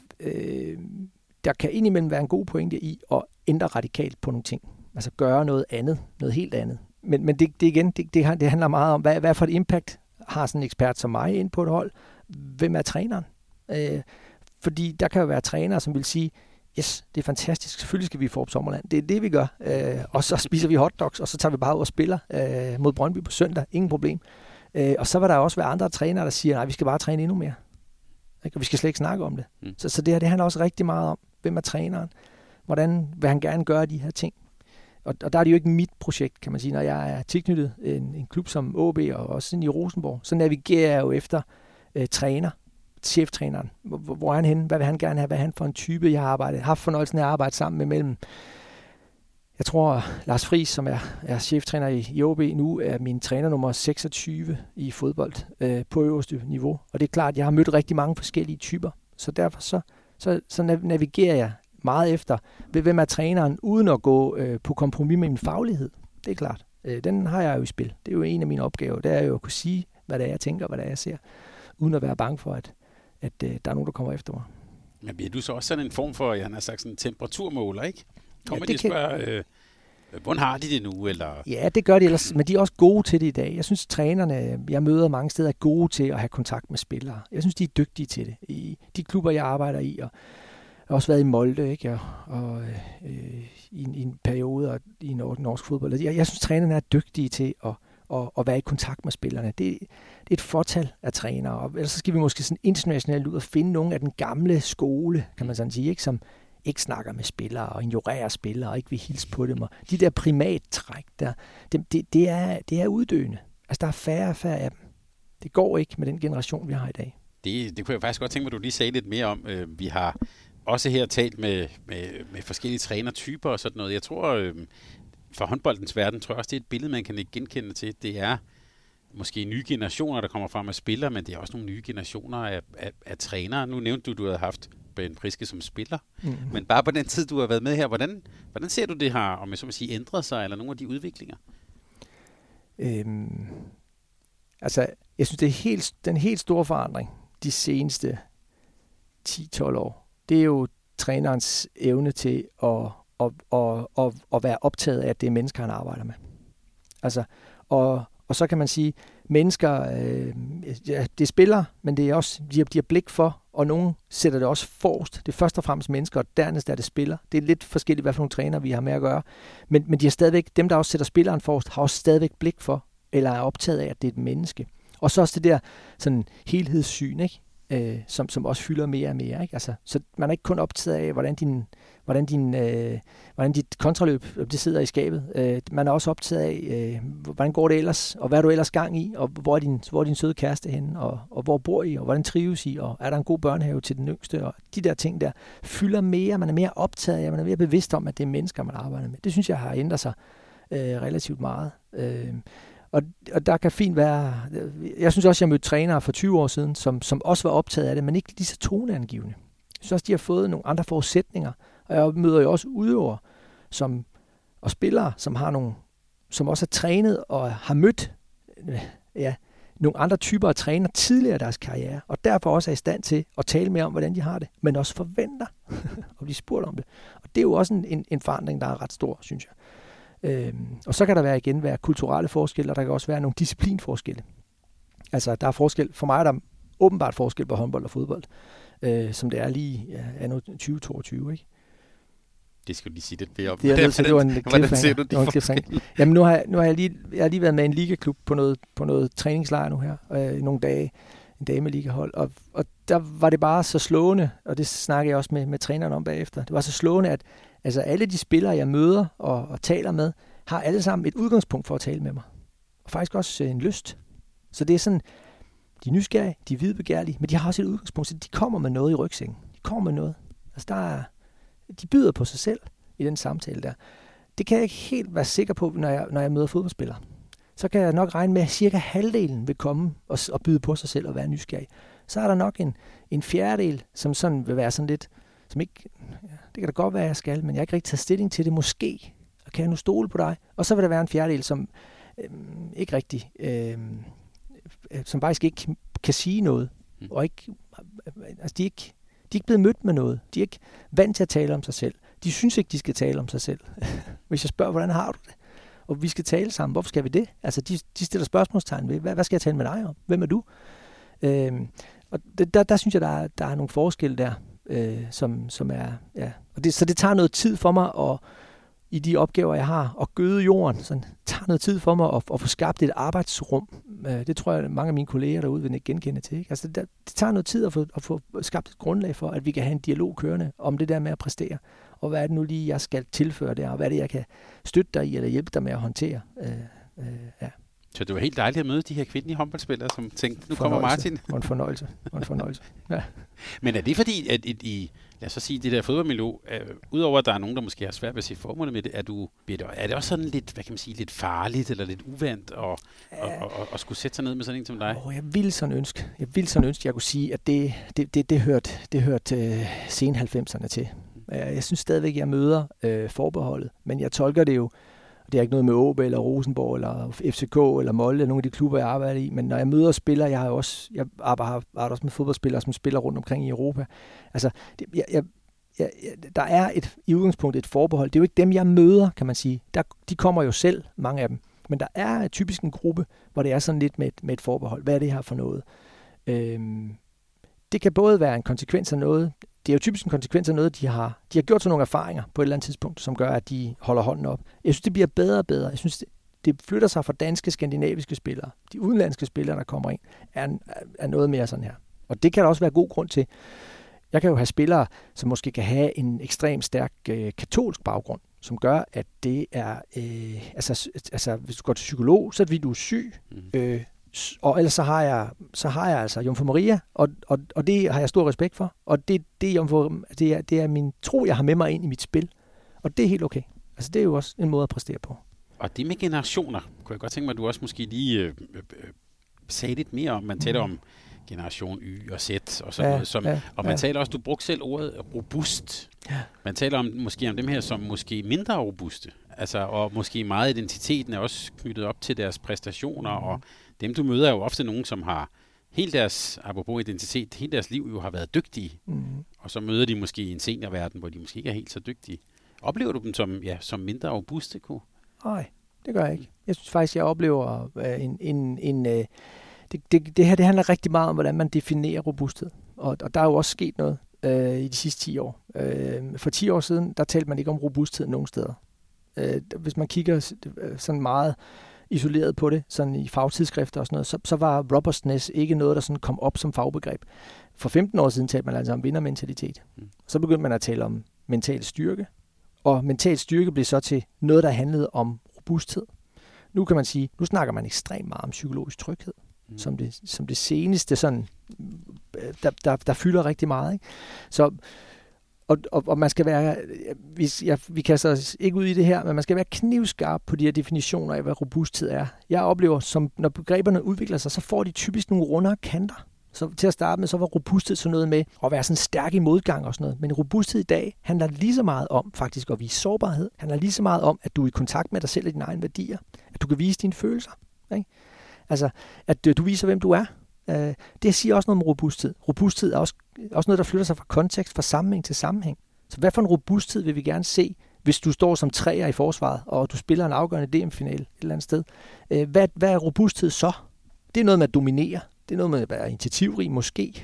S3: øh, der kan indimellem være en god pointe i at ændre radikalt på nogle ting. Altså gøre noget andet, noget helt andet. Men, men det, det igen, det, det, det handler meget om, hvad, hvad for et impact har sådan en ekspert som mig ind på et hold. Hvem er træneren? Øh, fordi der kan jo være trænere, som vil sige, yes, det er fantastisk, selvfølgelig skal vi få op Sommerland. Det er det, vi gør. Øh, og så spiser vi hotdogs, og så tager vi bare ud og spiller øh, mod Brøndby på søndag. Ingen problem. Øh, og så vil der også være andre trænere, der siger, nej, vi skal bare træne endnu mere. Ikke? Og vi skal slet ikke snakke om det. Mm. Så, så det her, det handler også rigtig meget om, Hvem er træneren? Hvordan vil han gerne gøre de her ting? Og, og der er det jo ikke mit projekt, kan man sige. Når jeg er tilknyttet en, en klub som A B og også i Rosenborg, så navigerer jeg jo efter øh, træner, cheftræneren. Hvor, hvor er han henne? Hvad vil han gerne have? Hvad er han for en type, jeg har arbejdet? Haft fornøjelsen af at arbejde sammen med mellem. Jeg tror, Lars Friis, som er, er cheftræner i, i A B nu, er min træner nummer seksogtyve i fodbold øh, på øverste niveau. Og det er klart, at jeg har mødt rigtig mange forskellige typer. Så derfor så, så, så navigerer jeg meget efter, hvem er træneren, uden at gå øh, på kompromis med min faglighed. Det er klart. Øh, den har jeg jo i spil. Det er jo en af mine opgaver. Det er jo at kunne sige, hvad det er, jeg tænker, hvad det er, jeg ser, uden at være bange for, at, at øh, der er nogen, der kommer efter mig.
S2: Men bliver du så også sådan en form for, jeg har sagt, sådan en temperaturmåler, ikke? Kommer
S3: ja,
S2: de og spørger, øh, hvordan har de det nu? Eller?
S3: Ja, det gør de ellers, men de er også gode til det i dag. Jeg synes, trænerne, jeg møder mange steder, er gode til at have kontakt med spillere. Jeg synes, de er dygtige til det. I de klubber, jeg arbejder i, og jeg har også været i Molde, ikke? Og, og øh, i, en, i en periode og i norsk fodbold. Jeg, jeg synes, trænerne er dygtige til at, at, at være i kontakt med spillerne. Det, det er et fortal af trænere, og ellers så skal vi måske sådan internationalt ud og finde nogle af den gamle skole, kan man sådan sige, ikke? Som ikke snakker med spillere og ignorerer spillere og ikke vil hilse på dem. Og de der primattræk, der, det, det, det, er, det er uddøende. Altså, der er færre og færre af dem. Det går ikke med den generation, vi har i dag.
S2: Det, det kunne jeg faktisk godt tænke mig, at du lige sagde lidt mere om. Vi har også her talt med, med, med forskellige trænertyper og sådan noget. Jeg tror, øh, for håndboldens verden, tror jeg også, det er et billede, man kan ikke genkende til. Det er måske nye generationer, der kommer frem af spillere, men det er også nogle nye generationer af, af, af trænere. Nu nævnte du, du havde haft Ben Priske som spiller, mm-hmm. men bare på den tid, du har været med her, hvordan, hvordan ser du det her, om jeg så må sige, ændret sig, eller nogle af de udviklinger?
S3: Øhm, altså, jeg synes, det er helt, den helt store forandring de seneste ti til tolv år. Det er jo trænerens evne til at, at, at, at, at være optaget af, at det er mennesker, han arbejder med. Altså, og, og så kan man sige, mennesker, øh, ja, det er spillere, men det er også, de har, de har blik for, og nogen sætter det også forrest. Det er først og fremmest mennesker, og dernæst er det spiller. Det er lidt forskelligt, hvad for nogle træner vi har med at gøre. Men, men de har stadigvæk, dem der også sætter spilleren forrest, har også stadigvæk blik for, eller er optaget af, at det er et menneske. Og så også det der sådan helhedssyn, ikke? Øh, som, som også fylder mere og mere. Ikke? Altså, så man er ikke kun optaget af, hvordan, din, hvordan, din, øh, hvordan dit kontraløb det sidder i skabet. Øh, man er også optaget af, øh, hvordan går det ellers, og hvad er du ellers gang i, og hvor er din, hvor er din søde kæreste henne, og, og hvor bor I, og hvordan trives I, og er der en god børnehave til den yngste, og de der ting der fylder mere. Man er mere optaget af, man er mere bevidst om, at det er mennesker, man arbejder med. Det synes jeg har ændret sig øh, relativt meget. Øh, Og, og der kan fint være. Jeg synes også, jeg mødte trænere for tyve år siden, som, som også var optaget af det, men ikke lige så toneangivende. Jeg synes også, de har fået nogle andre forudsætninger. Og jeg møder jo også udøvere som, og spillere, som har nogle, som også har trænet og har mødt ja, nogle andre typer af træner tidligere i deres karriere, og derfor også er i stand til at tale mere om, hvordan de har det, men også forventer at blive spurgt om det. Og det er jo også en, en, en forandring, der er ret stor, synes jeg. Øhm, og så kan der være igen være kulturelle forskelle, og der kan også være nogle disciplinforskelle. Altså, der er forskel, for mig er der åbenbart forskel på håndbold og fodbold, øh, som det er lige ja, anno tyve toogtyve, ikke?
S2: Det skal du lige sige lidt mere om.
S3: Det, er nødt til, det var en cliffhanger. Jamen, nu har, jeg, nu har jeg lige, jeg har lige været med i en ligaklub på noget, på noget træningslejr nu her, øh, i nogle dage, en dameligahold, og, og der var det bare så slående, og det snakker jeg også med, med træneren om bagefter, det var så slående, at altså alle de spillere, jeg møder og, og taler med, har alle sammen et udgangspunkt for at tale med mig. Og faktisk også øh, en lyst. Så det er sådan, de er nysgerrige, de er videbegærlige, men de har også et udgangspunkt, så de kommer med noget i rygsækken. De kommer med noget. Altså der er, de byder på sig selv i den samtale der. Det kan jeg ikke helt være sikker på, når jeg, når jeg møder fodboldspillere. Så kan jeg nok regne med, at cirka halvdelen vil komme og, og byde på sig selv og være nysgerrig. Så er der nok en, en fjerdedel, som sådan vil være sådan lidt, som ikke, ja, det kan da godt være, jeg skal, men jeg har ikke rigtig taget stilling til det, måske. Og kan jeg nu stole på dig? Og så vil der være en fjerdedel, som øh, ikke rigtig, øh, som faktisk ikke kan sige noget. Og ikke, altså de er ikke, de er ikke blevet mødt med noget. De er ikke vant til at tale om sig selv. De synes ikke, de skal tale om sig selv. Hvis jeg spørger, hvordan har du det? Og vi skal tale sammen. Hvorfor skal vi det? Altså, de, de stiller spørgsmålstegn ved, hvad, hvad skal jeg tale med dig om? Hvem er du? Øh, og det, der, der synes jeg, der er, der er nogle forskelle der. Øh, som, som er, ja. Og det, så det tager noget tid for mig at, i de opgaver, jeg har, og gøde jorden. Så det tager noget tid for mig at, at få skabt et arbejdsrum. Det tror jeg, mange af mine kolleger derude vil ikke genkende til. Ikke? Altså, det, det tager noget tid at få, at få skabt et grundlag for, at vi kan have en dialog kørende om det der med at præstere. Og hvad er det nu lige, jeg skal tilføre der, og hvad er det, jeg kan støtte dig i, eller hjælpe dig med at håndtere. Øh, øh, ja.
S2: Så det var helt dejligt at møde de her kvindelige håndboldspillere, som tænkte, nu kommer Martin.
S3: Og en fornøjelse. Og en fornøjelse. Ja.
S2: Men er det fordi, at i, lad os så sige, det der fodboldmiljø, øh, udover at der er nogen, der måske har svært ved at se formålet med det, er, du, er det også sådan lidt, hvad kan man sige, lidt farligt eller lidt uvandt at, ja. at, at, at, at skulle sætte sig ned med sådan en som dig?
S3: Oh, jeg vil sådan ønske, jeg vil sådan ønske, jeg kunne sige, at det, det, det, det hørte, det hørte øh, sen halvfemserne til. Jeg synes stadigvæk, jeg møder øh, forbeholdet, men jeg tolker det jo. Det er ikke noget med A A B eller Rosenborg eller F C K eller Molde, nogle af de klubber, jeg arbejder i. Men når jeg møder spillere, jeg har også, jeg arbejder, arbejder også med fodboldspillere, som spiller rundt omkring i Europa. Altså, det, jeg, jeg, jeg, der er et, i udgangspunktet et forbehold. Det er jo ikke dem, jeg møder, kan man sige. Der, de kommer jo selv, mange af dem. Men der er typisk en gruppe, hvor det er sådan lidt med et, med et forbehold. Hvad er det her for noget? Øhm, det kan både være en konsekvens af noget. Det er jo typisk en konsekvens af noget, de har, de har gjort sådan nogle erfaringer på et eller andet tidspunkt, som gør, at de holder hånden op. Jeg synes, det bliver bedre og bedre. Jeg synes, det, det flytter sig fra danske, skandinaviske spillere. De udenlandske spillere, der kommer ind, er, er noget mere sådan her. Og det kan der også være god grund til. Jeg kan jo have spillere, som måske kan have en ekstremt stærk øh, katolsk baggrund, som gør, at det er... Øh, altså, altså, hvis du går til psykolog, så er det, du er syg. Mm. Øh, Og ellers så har jeg, så har jeg altså Jomfru Maria, og, og, og det har jeg stor respekt for. Og det, det, Jomfru, det, er, det er min tro, jeg har med mig ind i mit spil. Og det er helt okay. Altså det er jo også en måde at præstere på.
S2: Og det med generationer, kunne jeg godt tænke mig, at du også måske lige øh, øh, sagde lidt mere om. Man taler mm. om generation Y og Z og sådan ja, noget. Som, ja, og man ja. taler også, du brugte selv ordet robust. Ja. Man taler om, måske om dem her som måske mindre robuste. Altså, og måske meget identiteten er også knyttet op til deres præstationer, mm. og dem du møder er jo ofte nogen, som har hele deres, apropos identitet, hele deres liv jo har været dygtige, mm. og så møder de måske i en seniorverden, hvor de måske ikke er helt så dygtige. Oplever du dem som, ja, som mindre robuste, Ko?
S3: Nej, det gør jeg ikke. Jeg synes faktisk, jeg oplever uh, en... en, en uh, det, det, det her det handler rigtig meget om, hvordan man definerer robusthed. Og, og der er jo også sket noget uh, i de sidste ti år. Uh, for ti år siden, der talte man ikke om robusthed nogen steder. Uh, hvis man kigger sådan meget isoleret på det, sådan i fagtidsskrifter og sådan noget, så, så var robustness ikke noget, der sådan kom op som fagbegreb. For femten år siden talte man altså om vindermentalitet. Mm. Så begyndte man at tale om mental styrke, og mental styrke blev så til noget, der handlede om robusthed. Nu kan man sige, nu snakker man ekstremt meget om psykologisk tryghed, mm. som, det, som det seneste, sådan, der, der, der fylder rigtig meget. Ikke? Så Og, og, og man skal være, vi, ja, vi kaster os ikke ud i det her, men man skal være knivskarp på de her definitioner af, hvad robusthed er. Jeg oplever, som når begreberne udvikler sig, så får de typisk nogle rundere kanter. Så til at starte med, så var robusthed sådan noget med at være sådan stærk i modgang og sådan noget. Men robusthed i dag handler lige så meget om faktisk at vise sårbarhed. Handler lige så meget om, at du er i kontakt med dig selv og dine egne værdier. At du kan vise dine følelser. Ikke? Altså, at du viser, hvem du er. Det siger også noget om robusthed. Robusthed er også, også noget, der flytter sig fra kontekst, fra sammenhæng til sammenhæng. Så hvad for en robusthed vil vi gerne se, hvis du står som træer i forsvaret, og du spiller en afgørende D M-finale et eller andet sted? Hvad, hvad er robusthed så? Det er noget med at dominere. Det er noget med at være initiativrig, måske.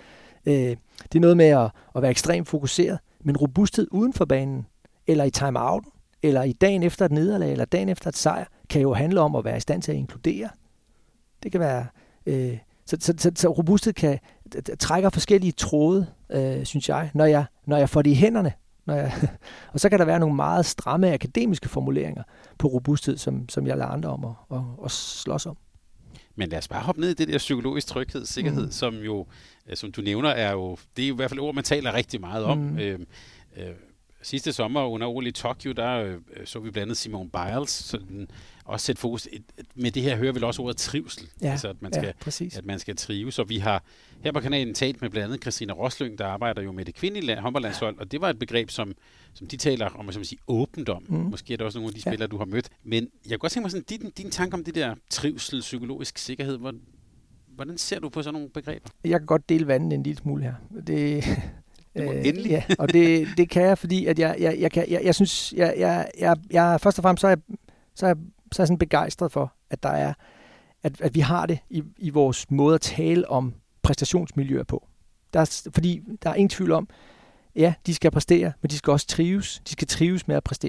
S3: Det er noget med at, at være ekstremt fokuseret. Men robusthed uden for banen, eller i timeouten, eller i dagen efter et nederlag, eller dagen efter et sejr, kan jo handle om at være i stand til at inkludere. Det kan være... Øh, Så, så, så, så robusthed kan trækker forskellige tråde, øh, synes jeg, når jeg, når jeg får det i hænderne. Når jeg, og så kan der være nogle meget stramme akademiske formuleringer på robusthed, som, som jeg lader andre om at, at, at slås om.
S2: Men lad os bare hoppe ned i det der psykologisk tryghed, sikkerhed, mm. som jo, som du nævner, er jo, det er jo i hvert fald ord, man taler rigtig meget om. Mm. Øh, øh, sidste sommer under O L i Tokyo, der øh, så vi blandt andet Simone Biles, sådan, også sætte fokus, et, et, med det her hører vel også ordet trivsel,
S3: ja,
S2: altså at man, skal,
S3: ja,
S2: at man skal trives, og vi har her på kanalen talt med blandt andet Christina Roslyng, der arbejder jo med det kvindelige håndboldlandshold, og det var et begreb, som, som de taler om, som sige, åbent om. Mm. Måske er der også nogle af de spillere, ja. du har mødt, men jeg kunne godt tænke mig sådan, din, din tanke om det der trivsel, psykologisk sikkerhed, hvor, hvordan ser du på sådan nogle begreber? Jeg
S3: kan godt dele vandet en lille smule her. Det...
S2: Det må endelig.
S3: Ja, og det, det kan jeg, fordi at jeg, jeg, jeg, kan, jeg, jeg synes, jeg, jeg, jeg, jeg, først og fremmest så er jeg, så er jeg, så er jeg sådan begejstret for, at der er, at, at vi har det i, i vores måde at tale om præstationsmiljøer på. Der er, fordi der er ingen tvivl om, ja, de skal præstere, men de skal også trives. De skal trives med at præstere.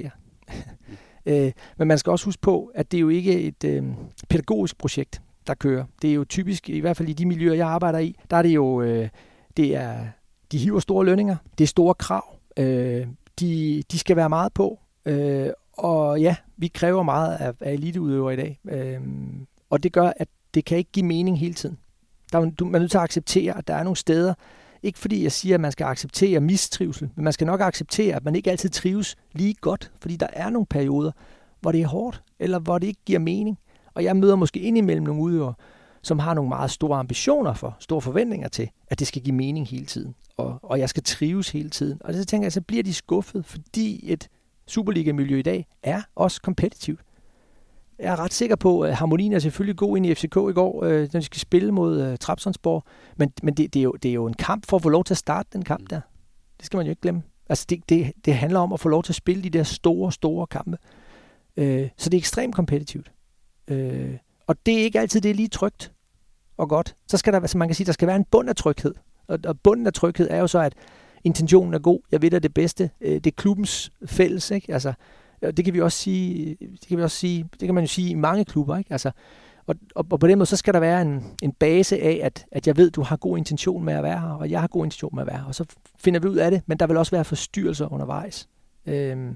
S3: øh, men man skal også huske på, at det er jo ikke et øh, pædagogisk projekt, der kører. Det er jo typisk, i hvert fald i de miljøer, jeg arbejder i, der er det jo, øh, det er, de hiver store lønninger, det er store krav, øh, de, de skal være meget på, øh, og ja, vi kræver meget af, af eliteudøvere i dag, øh, og det gør, at det kan ikke give mening hele tiden. Der er, du, man er nødt til at acceptere, at der er nogle steder, ikke fordi jeg siger, at man skal acceptere mistrivsel, men man skal nok acceptere, at man ikke altid trives lige godt, fordi der er nogle perioder, hvor det er hårdt, eller hvor det ikke giver mening. Og jeg møder måske indimellem nogle udøvere, som har nogle meget store ambitioner for, store forventninger til, at det skal give mening hele tiden, og, og jeg skal trives hele tiden. Og så tænker jeg, så bliver de skuffet, fordi et Superliga-miljø i dag er også kompetitivt. Jeg er ret sikker på, at harmonien er selvfølgelig god ind i F C K i går, øh, når de skal spille mod øh, Trabzonspor. Men, men det, det, er jo, det er jo en kamp for at få lov til at starte den kamp der. Det skal man jo ikke glemme. Altså det, det, det handler om at få lov til at spille de der store, store kampe. Øh, så det er ekstremt kompetitivt. Øh, og det er ikke altid det er lige trygt og godt. Så skal der, altså man kan sige, der skal være en bund af tryghed. Og, og bunden af tryghed er jo så, at intentionen er god. Jeg ved, at det bedste. Øh, det er klubbens fælles, ikke? Altså det kan vi også sige, det kan vi også sige, det kan man jo sige i mange klubber, ikke? Altså, og, og, og på den måde, så skal der være en, en base af, at, at jeg ved, du har god intention med at være her, og jeg har god intention med at være her, og så finder vi ud af det, men der vil også være forstyrrelser undervejs. Øhm,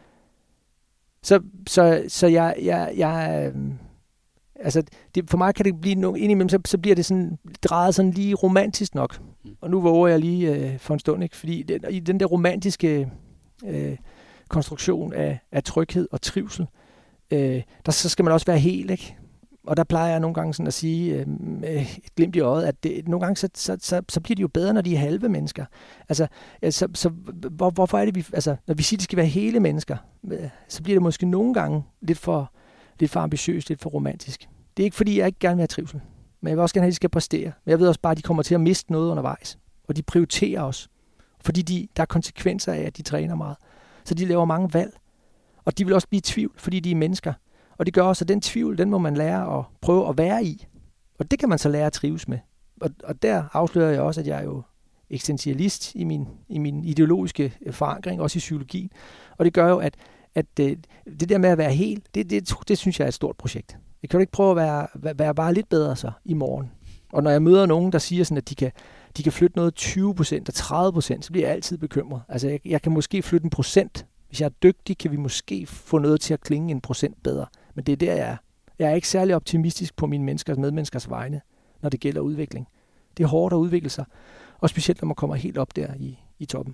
S3: så, så, så jeg, jeg, jeg øhm, altså, det, for mig kan det blive nogle, indimellem, så, så bliver det sådan, drejet sådan lige romantisk nok, og nu våger jeg lige øh, for en stund, ikke? Fordi den, i den der romantiske øh, konstruktion af, af tryghed og trivsel, øh, der så skal man også være helt, ikke? Og der plejer jeg nogle gange sådan at sige, øh, med et glimt i øjet, at det, nogle gange så, så, så, så bliver de jo bedre, når de er halve mennesker. Altså, så, så hvor, hvorfor er det, vi, altså, når vi siger, at de skal være hele mennesker, så bliver det måske nogle gange lidt for, lidt for ambitiøst, lidt for romantisk. Det er ikke fordi, jeg ikke gerne vil have trivsel, men jeg vil også gerne have, at de skal præstere. Men jeg ved også bare, at de kommer til at miste noget undervejs, og de prioriterer os, fordi de, der er konsekvenser af, at de træner meget. Så de laver mange valg, og de vil også blive i tvivl, fordi de er mennesker. Og det gør også, at den tvivl, den må man lære at prøve at være i. Og det kan man så lære at trives med. Og, og der afslører jeg også, at jeg er jo eksistentialist i min, i min ideologiske forankring, også i psykologien. Og det gør jo, at, at det, det der med at være helt, det, det, det synes jeg er et stort projekt. Jeg kan jo ikke prøve at være, være bare lidt bedre så i morgen. Og når jeg møder nogen, der siger sådan, at de kan, de kan flytte noget tyve procent og tredive procent, så bliver jeg altid bekymret. Altså, jeg, jeg kan måske flytte en procent. Hvis jeg er dygtig, kan vi måske få noget til at klinge en procent bedre. Men det er der, jeg er. Jeg er ikke særlig optimistisk på mine menneskers, medmenneskers vegne, når det gælder udvikling. Det er hårdt at udvikle sig, og specielt når man kommer helt op der i, i toppen.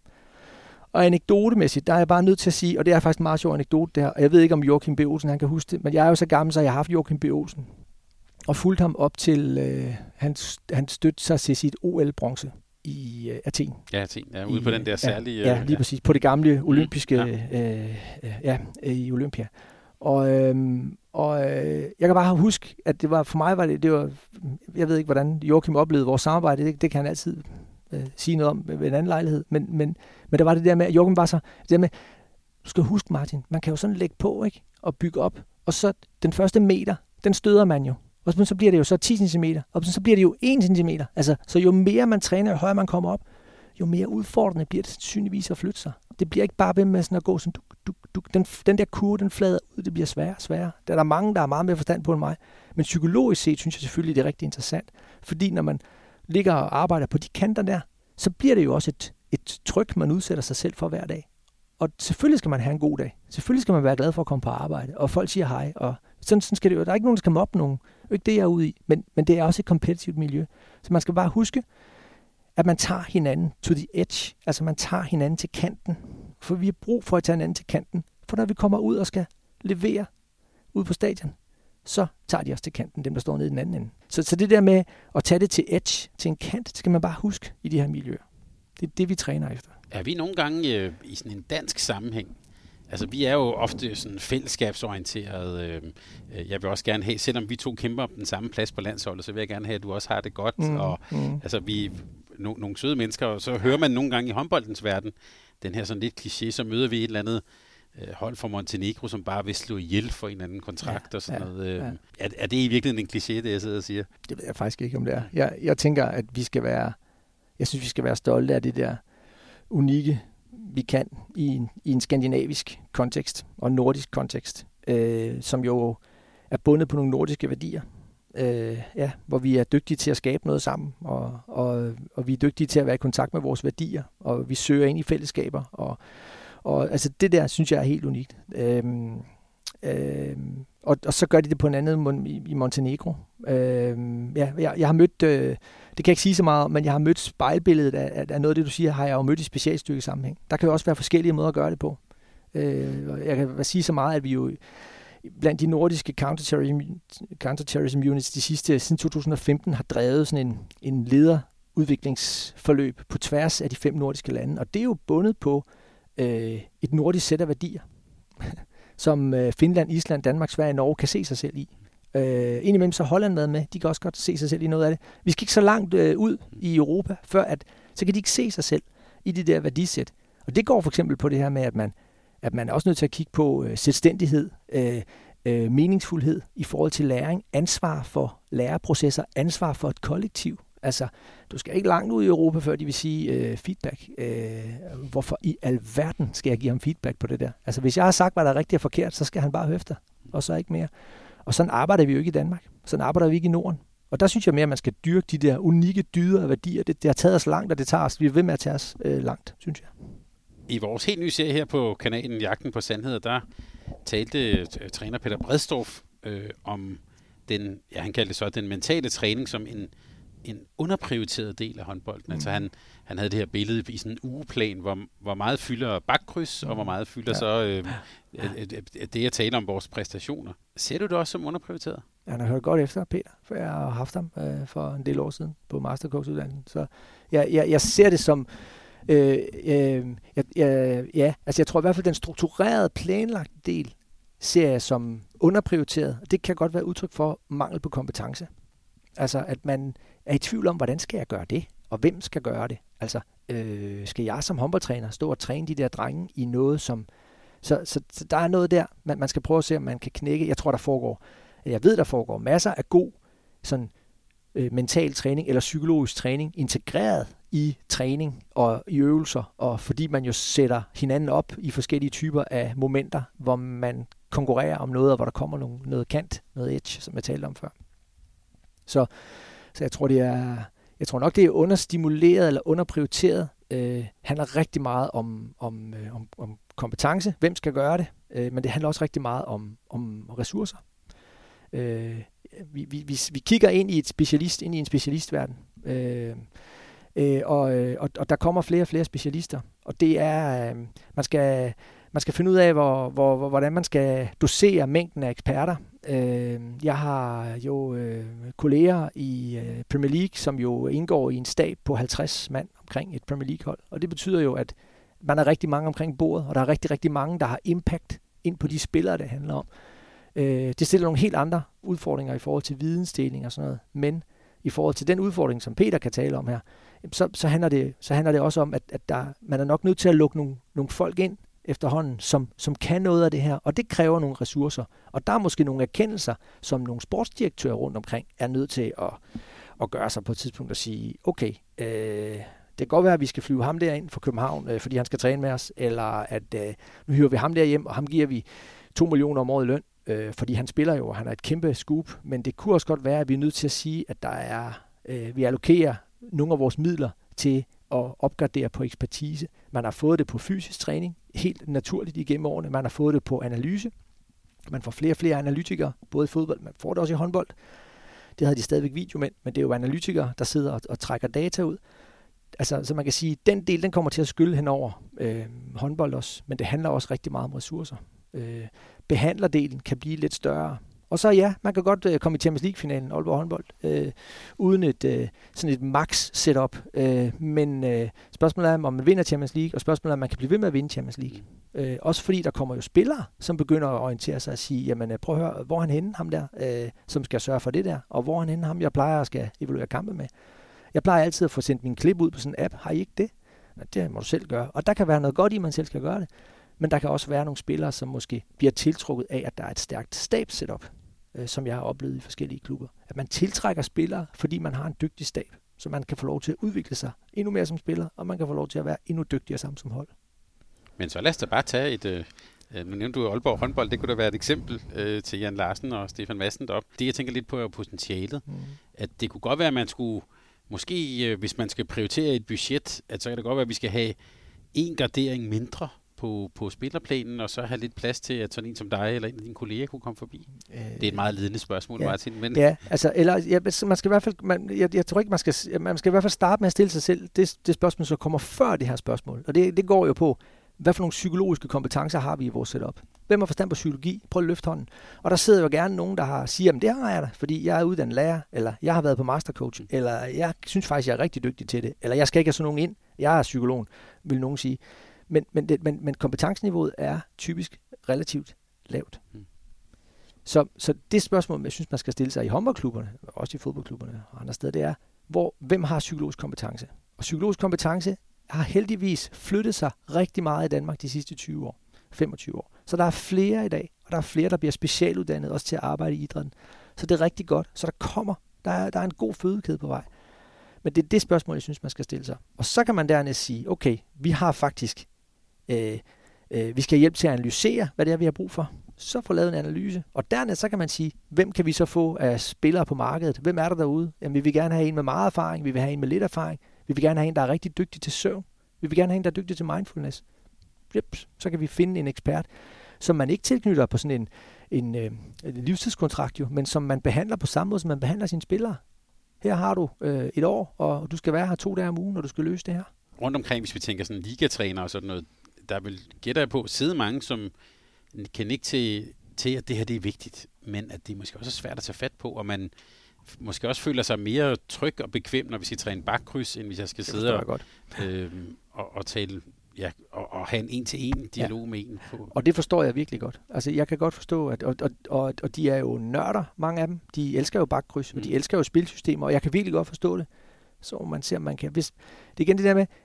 S3: Og anekdotemæssigt, der er jeg bare nødt til at sige, og det er faktisk en meget sjov anekdote der, og jeg ved ikke, om Joachim B. Olsen han kan huske det, men jeg er jo så gammel, så jeg har haft Joachim B. Olsen, og fulgte ham op til, øh, han, han stødte sig til sit O L-bronze i øh, Athen.
S2: Ja, Athen. Ja, ude I, på den der særlige...
S3: Ja, ja lige ja. præcis. På det gamle olympiske... Ja, øh, ja i Olympia. Og, øhm, og øh, jeg kan bare huske, at det var for mig var det, det var, jeg ved ikke, hvordan Joachim oplevede vores samarbejde, det, det kan han altid øh, sige noget om ved en anden lejlighed, men, men, men der var det der med, at Joachim var så, det der med, du skal huske Martin, man kan jo sådan lægge på, ikke, og bygge op, og så den første meter, den støder man jo, og så bliver det jo så ti centimeter, og så bliver det jo en centimeter, altså, så jo mere man træner, jo højere man kommer op, jo mere udfordrende bliver det sandsynligvis at flytte sig. Det bliver ikke bare ved med sådan at gå sådan, duk, duk, duk. Den, den der kurve, den flader ud, det bliver sværere og sværere. Der er der mange, der har meget mere forstand på end mig. Men psykologisk set, synes jeg selvfølgelig, det er rigtig interessant. Fordi når man ligger og arbejder på de kanter der, så bliver det jo også et, et tryk, man udsætter sig selv for hver dag. Og selvfølgelig skal man have en god dag. Selvfølgelig skal man være glad for at komme på arbejde. Og folk siger hej. Og sådan, sådan skal det jo. Der er ikke nogen, der skal mobbe nogen. Det er ikke det, jeg er ude i. Men, men det er også et kompetitivt miljø. Så man skal bare huske, at man tager hinanden to the edge, altså man tager hinanden til kanten, for vi har brug for at tage hinanden til kanten, for når vi kommer ud og skal levere ud på stadion, så tager de os til kanten, dem der står nede i den anden ende. Så, så det der med at tage det til edge, til en kant, det skal man bare huske i de her miljøer. Det er det, vi træner efter.
S2: Er vi nogle gange øh, i sådan en dansk sammenhæng? Altså, vi er jo ofte sådan fællesskabsorienteret. Øh, jeg vil også gerne have, selvom vi to kæmper om den samme plads på landsholdet, så vil jeg gerne have, at du også har det godt. Mm, og mm. altså, vi no, nogle søde mennesker, og så hører man nogle gange i håndboldens verden, den her sådan lidt kliché, så møder vi et eller andet øh, hold fra Montenegro, som bare vil slå ihjel for en eller anden kontrakt ja, og sådan ja, noget. Øh, ja. er, er det i virkeligheden en kliché, det jeg sidder og siger?
S3: Det ved jeg faktisk ikke, om det er. Jeg, jeg tænker, at vi skal være, jeg synes, vi skal være stolte af det der unikke vi kan i en, i en skandinavisk kontekst og en nordisk kontekst, øh, som jo er bundet på nogle nordiske værdier. Øh, ja, hvor vi er dygtige til at skabe noget sammen, og, og, og vi er dygtige til at være i kontakt med vores værdier, og vi søger ind i fællesskaber, og, og altså det der, synes jeg er helt unikt. Øhm, øhm, og, og så gør de det på en anden måde i, i Montenegro. Øhm, ja, jeg, jeg har mødt, øh, det kan jeg ikke sige så meget om, men jeg har mødt spejlbilledet af, af noget af det, du siger, har jeg jo mødt i specialstykke sammenhæng. Der kan jo også være forskellige måder at gøre det på. Øh, jeg kan sige så meget, at vi jo blandt de nordiske counterterrorism, counterterrorism units de sidste, siden to tusind og femten har drevet sådan en, en lederudviklingsforløb på tværs af de fem nordiske lande. Og det er jo bundet på øh, et nordisk sæt af værdier, som øh, Finland, Island, Danmark, Sverige og Norge kan se sig selv i. Øh, indimellem så Holland med med, de kan også godt se sig selv i noget af det. Vi skal ikke så langt øh, ud i Europa, før at, så kan de ikke se sig selv i det der værdisæt. Og det går for eksempel på det her med, at man at man er også nødt til at kigge på øh, selvstændighed, øh, øh, meningsfuldhed i forhold til læring, ansvar for læreprocesser, ansvar for et kollektiv. Altså, du skal ikke langt ud i Europa, før de vil sige øh, feedback. Øh, hvorfor i alverden skal jeg give ham feedback på det der? Altså, hvis jeg har sagt, hvad der er rigtigt og forkert, så skal han bare høre efter, og så ikke mere. Og sådan arbejder vi jo ikke i Danmark. Sådan arbejder vi ikke i Norden. Og der synes jeg mere, at man skal dyrke de der unikke dyder og værdier. Det, det har taget os langt, og det tager os, vi er ved med at tage os øh, langt, synes jeg.
S2: I vores helt nye serie her på kanalen Jagten på Sandheder, der talte træner Peter Bredstorff øh, om den, ja, han kaldte det så, den mentale træning som en, en underprioriteret del af håndbolden. Mm. Altså han, han havde det her billede i sådan en ugeplan, hvor, hvor meget fylder bakkryds, mm. og hvor meget fylder ja. så øh, ja. det, jeg taler om vores præstationer. Ser du det også som underprioriteret?
S3: Ja, han har hørt godt efter, Peter, for jeg har haft ham øh, for en del år siden på mastercoach-uddannelsen. Så jeg, jeg, jeg ser det som Øh, øh, ja, ja, altså jeg tror i hvert fald, den strukturerede, planlagte del ser jeg som underprioriteret. Det kan godt være udtryk for mangel på kompetence. Altså at man er i tvivl om, hvordan skal jeg gøre det, og hvem skal gøre det. Altså øh, skal jeg som håndboldtræner stå og træne de der drenge i noget, som... Så, så, så der er noget der, man, man skal prøve at se, om man kan knække. Jeg tror, der foregår... Jeg ved, der foregår masser af god sådan øh, mental træning eller psykologisk træning integreret i træning og i øvelser, og fordi man jo sætter hinanden op i forskellige typer af momenter, hvor man konkurrerer om noget, og hvor der kommer nogle, noget kant, noget edge, som jeg talte om før. Så, så jeg tror, det er, jeg tror nok, det er understimuleret eller underprioriteret. Øh, handler rigtig meget om, om, øh, om, om kompetence, hvem skal gøre det, øh, men det handler også rigtig meget om, om ressourcer. Øh, vi, vi, vi, vi kigger ind i et specialist, ind i en specialistverden, øh, Øh, og, og, og der kommer flere og flere specialister, og det er, øh, man skal man skal finde ud af, hvor, hvor, hvordan man skal dosere mængden af eksperter. Øh, jeg har jo øh, kolleger i øh, Premier League, som jo indgår i en stab på halvtreds mand omkring et Premier League-hold, og det betyder jo, at man er rigtig mange omkring bordet, og der er rigtig, rigtig mange, der har impact ind på de spillere, det handler om. Øh, det stiller nogle helt andre udfordringer i forhold til vidensdeling og sådan noget, men i forhold til den udfordring, som Peter kan tale om her, så, så, handler, det, så handler det også om, at, at der, man er nok nødt til at lukke nogle, nogle folk ind efterhånden, som, som kan noget af det her, og det kræver nogle ressourcer. Og der er måske nogle erkendelser, som nogle sportsdirektører rundt omkring er nødt til at, at gøre sig på et tidspunkt og sige, okay, øh, det kan godt være, at vi skal flyve ham derind fra København, øh, fordi han skal træne med os, eller at øh, nu hyrer vi ham der hjem, og ham giver vi to millioner om året i løn, øh, fordi han spiller jo, og han er et kæmpe scoop, men det kunne også godt være, at vi er nødt til at sige, at der er, øh, vi allokerer nogle af vores midler til at opgradere på ekspertise. Man har fået det på fysisk træning, helt naturligt igennem årene. Man har fået det på analyse. Man får flere og flere analytikere, både i fodbold, man får det også i håndbold. Det havde de stadigvæk videomænd, men det er jo analytikere, der sidder og, og trækker data ud. Altså, så man kan sige, at den del, den kommer til at skylde hen over øh, håndbold også, men det handler også rigtig meget om ressourcer. Øh, behandlerdelen kan blive lidt større. Og så ja, man kan godt øh, komme i Champions League-finalen, Aalborg håndbold, øh, uden et øh, sådan et max setup. Øh, men øh, spørgsmålet er, om man vinder Champions League, og spørgsmålet er, om man kan blive ved med at vinde Champions League. Øh, også fordi der kommer jo spillere, som begynder at orientere sig og sige, jamen prøv at høre, hvor er han henne, ham der, øh, som skal sørge for det der, og hvor er han henne, ham jeg plejer at skal evaluere kampe med. Jeg plejer altid at få sendt min klip ud på sådan en app. Har I ikke det? Nå, det må du selv gøre. Og der kan være noget godt i, at man selv skal gøre det. Men der kan også være nogle spillere, som måske bliver tiltrukket af, at der er et stærkt stabssetup, øh, som jeg har oplevet i forskellige klubber. At man tiltrækker spillere, fordi man har en dygtig stab, så man kan få lov til at udvikle sig endnu mere som spiller, og man kan få lov til at være endnu dygtigere sammen som hold.
S2: Men så lad os da bare tage et... Øh, nu nævnte du Aalborg håndbold, det kunne da være et eksempel øh, til Jan Larsen og Stefan Madsen deroppe. Det, jeg tænker lidt på, er potentialet. Mm. At det kunne godt være, at man skulle... Måske, øh, hvis man skal prioritere et budget, at så kan det godt være, at vi skal have en gardering mindre på, på spillerplanen, og så have lidt plads til, at sådan en som dig eller en af dine kolleger kunne komme forbi? Øh, det er et meget ledende spørgsmål,
S3: ja,
S2: Martin. Men
S3: ja, altså, eller, ja, man skal i hvert fald, man, jeg, jeg tror ikke, man skal, man skal i hvert fald starte med at stille sig selv det, det spørgsmål, så kommer før det her spørgsmål. Og det, det går jo på, hvad for nogle psykologiske kompetencer har vi i vores setup? Hvem har forstand på psykologi? Prøv at løfte hånden. Og der sidder jo gerne nogen, der har siger, at det har jeg da, fordi jeg er uddannet lærer, eller jeg har været på mastercoach, eller jeg synes faktisk, jeg er rigtig dygtig til det, eller jeg skal ikke have sådan nogen ind. Jeg er psykolog, vil nogen sige. Men, men, det, men, men kompetenceniveauet er typisk relativt lavt. Mm. Så, så det spørgsmål, jeg synes, man skal stille sig i håndboldklubberne, også i fodboldklubberne og andre steder, det er, hvor, hvem har psykologisk kompetence? Og psykologisk kompetence har heldigvis flyttet sig rigtig meget i Danmark de sidste tyve år, femogtyve år. Så der er flere i dag, og der er flere, der bliver specialuddannet også til at arbejde i idrætten. Så det er rigtig godt. Så der kommer, der er, der er en god fødekæde på vej. Men det er det spørgsmål, jeg synes, man skal stille sig. Og så kan man dernæst sige, okay, vi har faktisk, øh, øh, vi skal hjælpe til at analysere, hvad det er, vi har brug for. Så få lavet en analyse. Og dernæst så kan man sige, hvem kan vi så få af spillere på markedet? Hvem er der derude? Jamen, vi vil gerne have en med meget erfaring, vi vil have en med lidt erfaring, vi vil gerne have en, der er rigtig dygtig til søvn, vi vil gerne have en, der er dygtig til mindfulness. Yep, så kan vi finde en ekspert, som man ikke tilknytter på sådan en, en, øh, en livstidskontrakt, jo, men som man behandler på samme måde, som man behandler sine spillere. Her har du øh, et år, og du skal være her to dage om ugen, når du skal løse det her.
S2: Rundt omkring, hvis vi tænker sådan ligatræner og sådan noget, der vil gætte jeg på sidde mange, som kan ikke til, til, at det her det er vigtigt, men at det måske også er svært at tage fat på, og man måske også føler sig mere tryg og bekvem, når vi skal træne bakkryds, end hvis jeg skal det sidde og, øh, og, og tale... Ja, og, og have en en-til-en dialog ja. med en. På.
S3: Og det forstår jeg virkelig godt. Altså, jeg kan godt forstå, at og, og, og, og de er jo nørder, mange af dem. De elsker jo bakkryds, mm. og de elsker jo spilsystemer, og jeg kan virkelig godt forstå det. Så man ser, man kan. Hvis, det er igen det der med,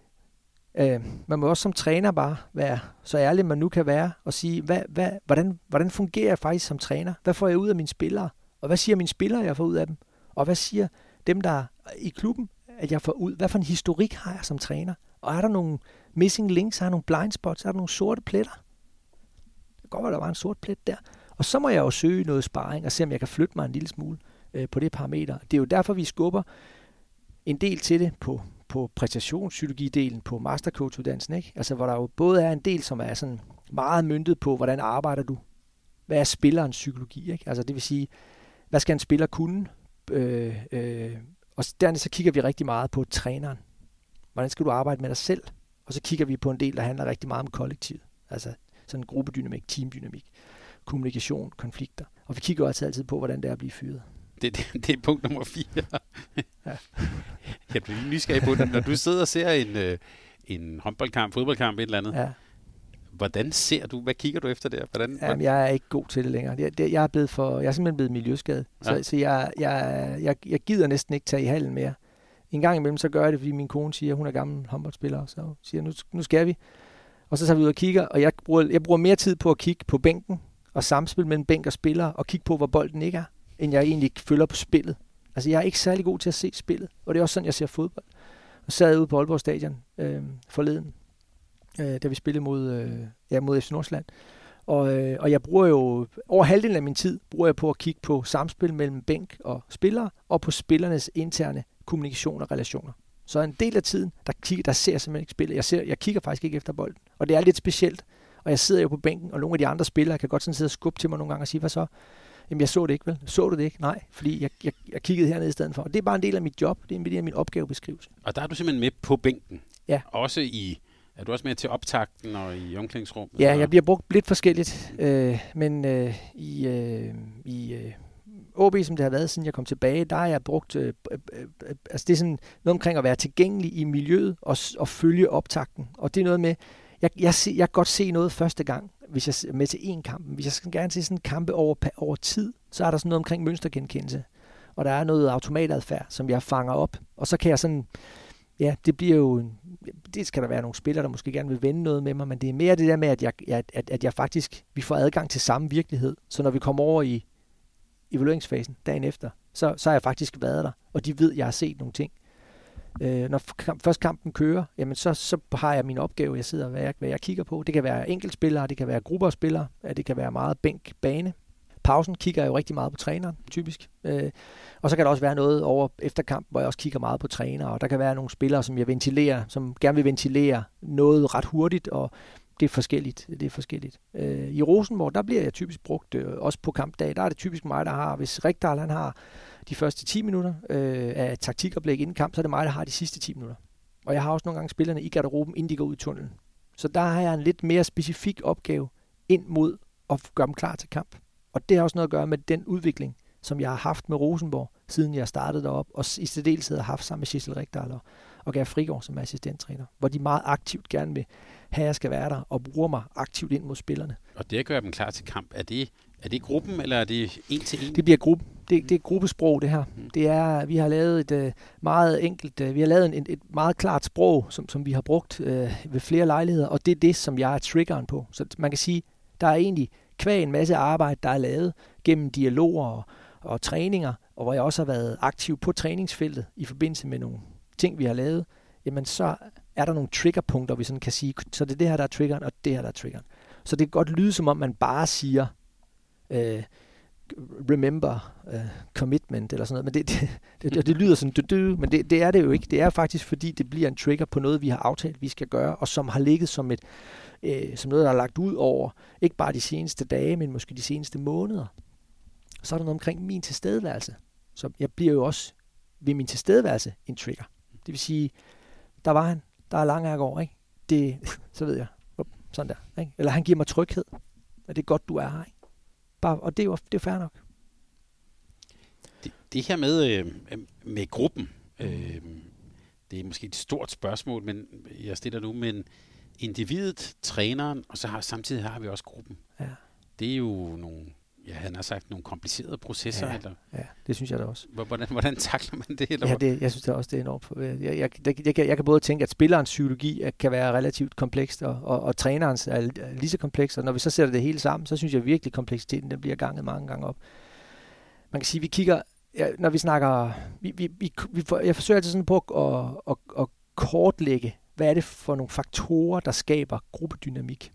S3: øh, man må også som træner bare være så ærlig, man nu kan være, og sige, hvad, hvad, hvordan, hvordan fungerer jeg faktisk som træner? Hvad får jeg ud af mine spillere? Og hvad siger mine spillere, jeg får ud af dem? Og hvad siger dem, der er i klubben, at jeg får ud? Hvad for en historik har jeg som træner? Og er der nogle missing links, er der nogle blind spots, er der nogle sorte pletter? Det kan godt være, der var en sort plet der. Og så må jeg jo søge noget sparring og se, om jeg kan flytte mig en lille smule øh, på det parameter. Det er jo derfor, vi skubber en del til det på, på præstationspsykologidelen på mastercoach-uddannelsen, ikke? Altså, hvor der jo både er en del, som er sådan meget møntet på, hvordan arbejder du? Hvad er spillerens psykologi, ikke? Altså, det vil sige, hvad skal en spiller kunne? Øh, øh, og dernæst så kigger vi rigtig meget på træneren. Hvordan skal du arbejde med dig selv? Og så kigger vi på en del, der handler rigtig meget om kollektivet. Altså sådan gruppedynamik, teamdynamik, kommunikation, konflikter. Og vi kigger også altid på, hvordan det er at blive fyret.
S2: Det, det, det er punkt nummer fire. Ja. Jeg bliver nysgerrig på det. Når du sidder og ser en, en håndboldkamp, fodboldkamp, et eller andet, ja. Hvordan ser du? Hvad kigger du efter der? Hvordan,
S3: Jamen, jeg er ikke god til det længere. Jeg, det, jeg, er, blevet for, jeg er simpelthen blevet miljøskadet. Ja. Så, så jeg, jeg, jeg, jeg gider næsten ikke tage i hallen mere. En gang imellem, så gør jeg det, fordi min kone siger, at hun er gammel håndboldspiller, så siger nu, nu skal vi. Og så tager vi ud og kigger, og jeg bruger, jeg bruger mere tid på at kigge på bænken, og samspil mellem bænk og spiller, og kigge på, hvor bolden ikke er, end jeg egentlig følger på spillet. Altså, jeg er ikke særlig god til at se spillet, og det er også sådan, jeg ser fodbold. Og sad ude på Aalborg Stadion øh, forleden, øh, da vi spillede mod, øh, ja, mod F C Nordsjælland. Og, øh, og jeg bruger jo, over halvdelen af min tid, bruger jeg på at kigge på samspil mellem bænk og spillere, og på spillernes interne kommunikation og relationer. Så en del af tiden, der, kigger, der ser jeg simpelthen ikke spillet. Jeg, ser, jeg kigger faktisk ikke efter bolden. Og det er lidt specielt. Og jeg sidder jo på bænken, og nogle af de andre spillere kan godt sådan sidde og skubbe til mig nogle gange og sige, hvad så? Jamen, jeg så det ikke, vel? Så du det ikke? Nej, fordi jeg, jeg, jeg kiggede hernede i stedet for. Og det er bare en del af mit job. Det er en del af min opgavebeskrivelse.
S2: Og der er du simpelthen med på bænken?
S3: Ja.
S2: Også i... Er du også med til optakten og i omklædningsrummet?
S3: Ja, jeg bliver brugt lidt forskelligt. Øh, men øh, i... Øh, i øh, O B, som det har været, siden jeg kom tilbage, der har jeg brugt, øh, øh, øh, altså det er sådan noget omkring at være tilgængelig i miljøet og, og følge optakten. Og det er noget med, jeg, jeg, se, jeg kan godt se noget første gang, hvis jeg er med til én kamp. Hvis jeg skal gerne se sådan en kampe over, over tid, så er der sådan noget omkring mønstergenkendelse. Og der er noget automatadfærd, som jeg fanger op. Og så kan jeg sådan, ja, det bliver jo, det skal der være nogle spillere, der måske gerne vil vende noget med mig, men det er mere det der med, at jeg, at, at jeg faktisk, vi får adgang til samme virkelighed. Så når vi kommer over i evalueringsfasen dagen efter, så, så har jeg faktisk været der, og de ved, at jeg har set nogle ting. Øh, når kamp, først kampen kører, jamen så, så har jeg min opgave, jeg sidder, hvad jeg, hvad jeg kigger på. Det kan være enkeltspillere, det kan være grupper af spillere, det kan være meget bænk-bane. Pausen kigger jeg jo rigtig meget på træneren, typisk. Øh, og så kan der også være noget over efter kamp, hvor jeg også kigger meget på træner, og der kan være nogle spillere, som jeg ventilerer, som gerne vil ventilere noget ret hurtigt, og det er forskelligt. Det er forskelligt. Øh, I Rosenborg, der bliver jeg typisk brugt, øh, også på kampdag, der er det typisk mig, der har, hvis Rekdal, han har de første ti minutter øh, af taktikoplæg inden kamp, så er det mig, der har de sidste ti minutter. Og jeg har også nogle gange spillerne i garderoben, inden de går ud i tunnelen. Så der har jeg en lidt mere specifik opgave ind mod at gøre dem klar til kamp. Og det har også noget at gøre med den udvikling, som jeg har haft med Rosenborg, siden jeg startede derop, og i særdeleshed har haft sammen med Sissel Rekdal og, og Gert Frigård som assistenttræner, hvor de meget aktivt gerne vil have, at jeg skal være der, og bruger mig aktivt ind mod spillerne.
S2: Og det at gøre dem klar til kamp, er det, er det gruppen, eller er det en til en?
S3: Det bliver gruppen. Det, det er gruppesprog, det her. Mm. Det er, vi har lavet et uh, meget enkelt, uh, vi har lavet en, et meget klart sprog, som, som vi har brugt uh, ved flere lejligheder, og det er det, som jeg er triggeren på. Så man kan sige, der er egentlig kvæg en masse arbejde, der er lavet gennem dialoger og, og træninger, og hvor jeg også har været aktiv på træningsfeltet i forbindelse med nogle ting, vi har lavet, jamen så er der nogle triggerpunkter, vi sådan kan sige, så det er det her, der er triggeren, og det her, der er triggeren. Så det kan godt lyde, som om man bare siger, øh, remember, uh, commitment, eller sådan noget, men det, det, det, det lyder sådan, du, du, men det, det er det jo ikke. Det er faktisk, fordi det bliver en trigger på noget, vi har aftalt, vi skal gøre, og som har ligget som et øh, som noget, der er lagt ud over, ikke bare de seneste dage, men måske de seneste måneder. Så er der noget omkring min tilstedeværelse. Så jeg bliver jo også ved min tilstedeværelse en trigger. Det vil sige, der var han, der er Langærgaard, ikke? Det, så ved jeg, sådan der, ikke? Eller han giver mig tryghed, at det er godt, du er her, ikke? Bare, og det er jo det er fair nok.
S2: Det, det her med, øh, med gruppen, øh, det er måske et stort spørgsmål, men jeg stiller nu, men individet, træneren, og så har samtidig har vi også gruppen. Ja. Det er jo nogle, ja, han har sagt, nogle komplicerede processer.
S3: Ja,
S2: eller?
S3: ja, det synes jeg da også.
S2: Hvordan, hvordan takler man det? Eller
S3: ja, det, jeg synes det også, det er enormt. Jeg, jeg, jeg, jeg, kan, jeg kan både tænke, at spillerens psykologi kan være relativt komplekst, og, og, og trænerens er lige så kompleks, og når vi så sætter det hele sammen, så synes jeg virkelig, kompleksiteten den bliver ganget mange gange op. Man kan sige, vi kigger, ja, når vi snakker, vi, vi, vi, vi for, jeg forsøger altid sådan på at, at, at, at kortlægge, hvad er det for nogle faktorer, der skaber gruppedynamik.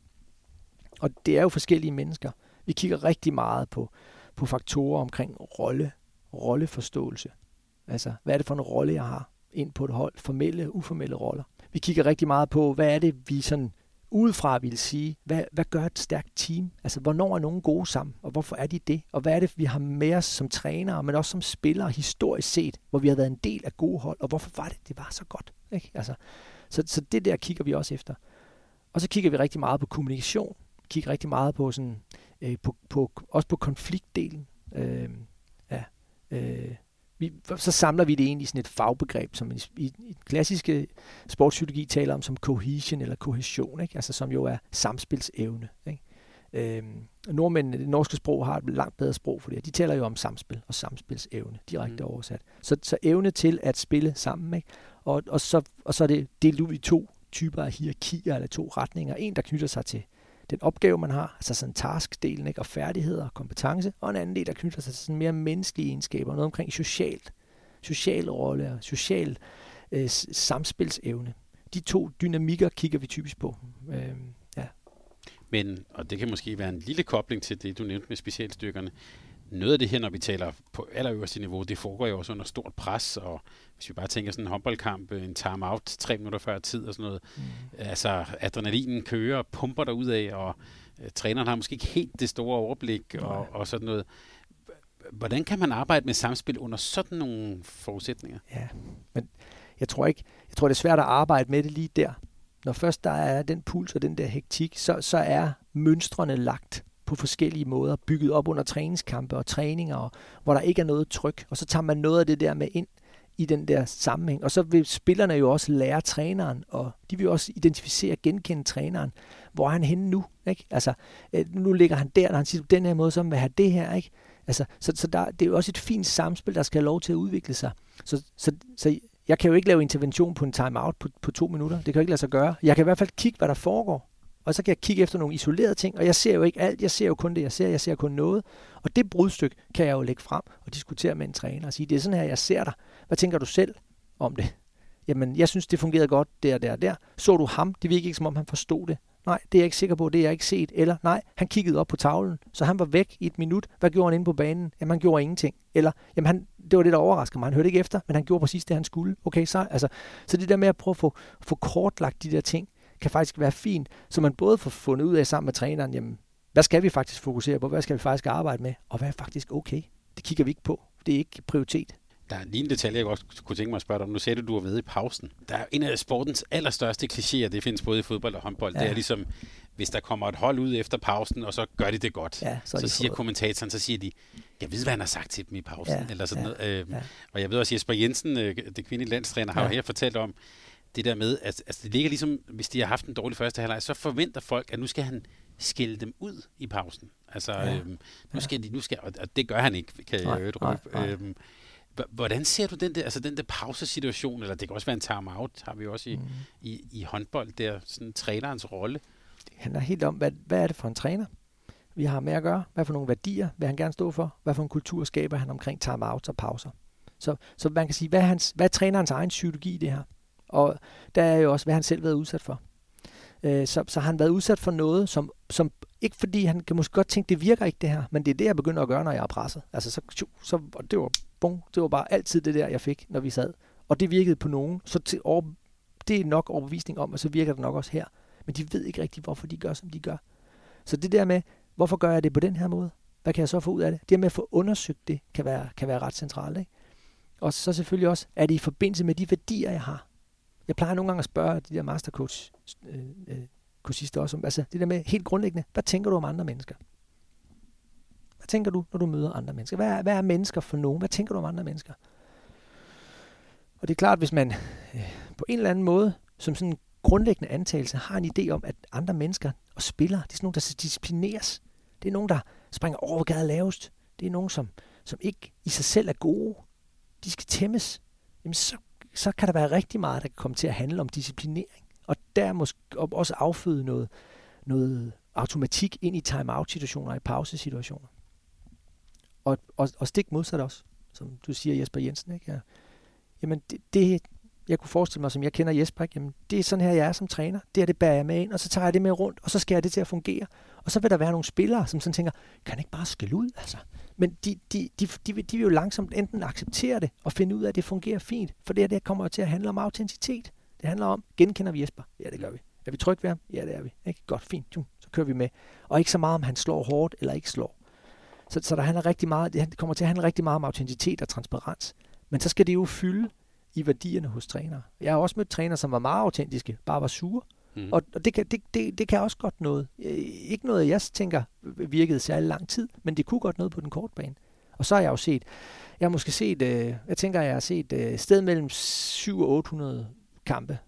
S3: Og det er jo forskellige mennesker. Vi kigger rigtig meget på, på faktorer omkring rolle, rolleforståelse. Altså, hvad er det for en rolle, jeg har ind på et hold? Formelle, uformelle roller. Vi kigger rigtig meget på, hvad er det, vi sådan udefra vil sige, hvad, hvad gør et stærkt team? Altså, hvornår er nogen gode sammen, og hvorfor er de det? Og hvad er det, vi har med os som trænere, men også som spillere historisk set, hvor vi har været en del af gode hold, og hvorfor var det, det var så godt? Ikke? Altså, så, så det der kigger vi også efter. Og så kigger vi rigtig meget på kommunikation, kigger rigtig meget på sådan, øh, på, på, også på konfliktdelen. Øh, ja, øh, vi, så samler vi det egentlig i sådan et fagbegreb, som i, i, i klassiske sportspsykologi taler om som cohesion eller cohesion, ikke? Altså som jo er samspilsevne. Ikke? Øh, nordmændene, det norske sprog har et langt bedre sprog for det. De taler jo om samspil og samspilsevne, direkte mm. oversat. Så, så evne til at spille sammen, ikke? Og, og, så, og så er det delt ud i to typer af hierarkier eller to retninger. En, der knytter sig til den opgave, man har, altså sådan task-delen, ikke? Og færdigheder og kompetence, og en anden del, der knytter sig til sådan mere menneskelige egenskaber, noget omkring socialt, social rolle og social øh, samspilsevne. De to dynamikker kigger vi typisk på. Øh, ja.
S2: Men, og det kan måske være en lille kobling til det, du nævnte med specialstyrkerne, noget af det her, når vi taler på allerøverste niveau, det foregår jo også under stort pres, og hvis vi bare tænker sådan en håndboldkamp, en time-out, tre minutter før tid og sådan noget, mm. altså adrenalinen kører, pumper der ud af, og uh, træneren har måske ikke helt det store overblik og, og sådan noget. Hvordan kan man arbejde med samspil under sådan nogle forudsætninger?
S3: Ja, men jeg tror ikke, jeg tror det er svært at arbejde med det lige der. Når først der er den puls og den der hektik, så, så er mønstrene lagt på forskellige måder, bygget op under træningskampe og træninger, og, hvor der ikke er noget tryk. Og så tager man noget af det der med ind i den der sammenhæng. Og så vil spillerne jo også lære træneren, og de vil jo også identificere og genkende træneren. Hvor er han henne nu? Ikke? Altså, nu ligger han der, når han siger på den her måde, så vil have det her. Ikke? Altså, så så der, det er jo også et fint samspil, der skal have lov til at udvikle sig. Så, så, så jeg kan jo ikke lave intervention på en time-out på, på to minutter. Det kan jo ikke lade sig gøre. Jeg kan i hvert fald kigge, hvad der foregår. Og så kan jeg kigge efter nogle isolerede ting, og jeg ser jo ikke alt, jeg ser jo kun det, jeg ser, jeg ser kun noget. Og det brudstykke kan jeg jo lægge frem og diskutere med en træner og sige, det er sådan her, jeg ser dig. Hvad tænker du selv om det? jamen, jeg synes, det fungerede godt der, der, der. Så du ham? Det virkede ikke, som om han forstod det. Nej, det er jeg ikke sikker på, det har jeg ikke set. Eller nej, han kiggede op på tavlen, så han var væk i et minut. Hvad gjorde han inde på banen? Jamen, han gjorde ingenting. Eller, jamen, han, det var det, der overraskede mig. Han hørte ikke efter, men han gjorde præcis det, han skulle. Okay, så, altså, så det der med at prøve at få, få kortlagt de der ting, kan faktisk være fint, så man både får fundet ud af sammen med træneren, jamen, hvad skal vi faktisk fokusere på? Hvad skal vi faktisk arbejde med? Og hvad er faktisk okay? Det kigger vi ikke på. Det er ikke prioritet.
S2: Der er lige en detalje, jeg også kunne tænke mig at spørge dig om. Nu sagde du, du var ved i pausen. Der er en af sportens allerstørste klichéer, det findes både i fodbold og håndbold. Ja. Det er ligesom, hvis der kommer et hold ud efter pausen, og så gør de det godt. Ja, så, så siger kommentatoren, så siger de, jeg ved, hvad han har sagt til dem i pausen. Ja, eller sådan ja, noget. Øhm, ja. Og jeg ved også, Jesper Jensen, det kvindelige landstræner, har ja. jo her fortalt om det der med, at altså, det ligger ligesom, hvis de har haft en dårlig første halvleg, så forventer folk, at nu skal han skælde dem ud i pausen. Altså, ja. øhm, nu skal de, nu skal, og det gør han ikke, kan jeg jo røbe. Øhm, Hvordan ser du den der, altså den der pausesituation, eller det kan også være en time-out, har vi også i, mm. i, i håndbold, der sådan trænerens rolle?
S3: Det handler helt om, hvad, hvad er det for en træner, vi har med at gøre? Hvad for nogle værdier vil han gerne stå for? Hvad for en kultur skaber han omkring time-outs og pauser? Så, så man kan sige, hvad er, hans, hvad er trænerens egen psykologi i det her? Og der er jo også, hvad han selv har været udsat for. Øh, så, så har han været udsat for noget, som, som ikke fordi han kan måske godt tænke, det virker ikke det her, men det er det, jeg begynder at gøre, når jeg er presset. Altså, så, så det var bum, det var bare altid det der, jeg fik, når vi sad. Og det virkede på nogen, så til over, det er nok overbevisning om, og så virker det nok også her. Men de ved ikke rigtigt, hvorfor de gør, som de gør. Så det der med, hvorfor gør jeg det på den her måde? Hvad kan jeg så få ud af det? Det med at få undersøgt det, kan være, kan være ret centralt, ikke? Og så selvfølgelig også, er det i forbindelse med de værdier, jeg har. Jeg plejer nogle gange at spørge de der mastercoach øh, øh, kursister også om, altså det der med helt grundlæggende, hvad tænker du om andre mennesker? Hvad tænker du, når du møder andre mennesker? Hvad er, hvad er mennesker for nogen? Hvad tænker du om andre mennesker? Og det er klart, hvis man øh, på en eller anden måde, som sådan en grundlæggende antagelse, har en idé om, at andre mennesker og spillere, det er sådan nogen, der skal disciplineres. Det er nogen, der springer over, hvad er lavest. Det er nogen, som, som ikke i sig selv er gode. De skal tæmmes. Jamen så, så kan der være rigtig meget, der kan komme til at handle om disciplinering. Og der måske også afføde noget, noget automatik ind i time-out-situationer og i pausesituationer. Og, og, og stik modsat også, som du siger, Jesper Jensen, ikke? Ja. Jamen, det, det, jeg kunne forestille mig, som jeg kender Jesper, ikke? Jamen, det er sådan her, jeg er som træner. Det er det, bærer jeg med ind, og så tager jeg det med rundt, og så skal jeg det til at fungere. Og så vil der være nogle spillere, som sådan tænker, kan jeg ikke bare skælde ud, altså? Men de, de, de, de, vil, de vil jo langsomt enten acceptere det, og finde ud af, at det fungerer fint. For det her, det kommer til at handle om autenticitet. Det handler om, genkender vi Jesper? Ja, det gør vi. Er vi trygge ved ham? Ja, det er vi. Ikke? Godt, fint. Så kører vi med. Og ikke så meget, om han slår hårdt eller ikke slår. Så, så der handler rigtig meget, det kommer til at handle rigtig meget om autenticitet og transparens. Men så skal det jo fylde i værdierne hos trænere. Jeg har også mødt trænere, som var meget autentiske, bare var sure. Mm. Og, og det, kan, det, det, det kan også godt noget. Ikke noget, jeg tænker virkede særlig lang tid, men det kunne godt noget på den korte bane. Og så har jeg jo set, jeg har måske set, øh, jeg tænker, jeg har set øh, sted mellem syv og otte hundrede kampe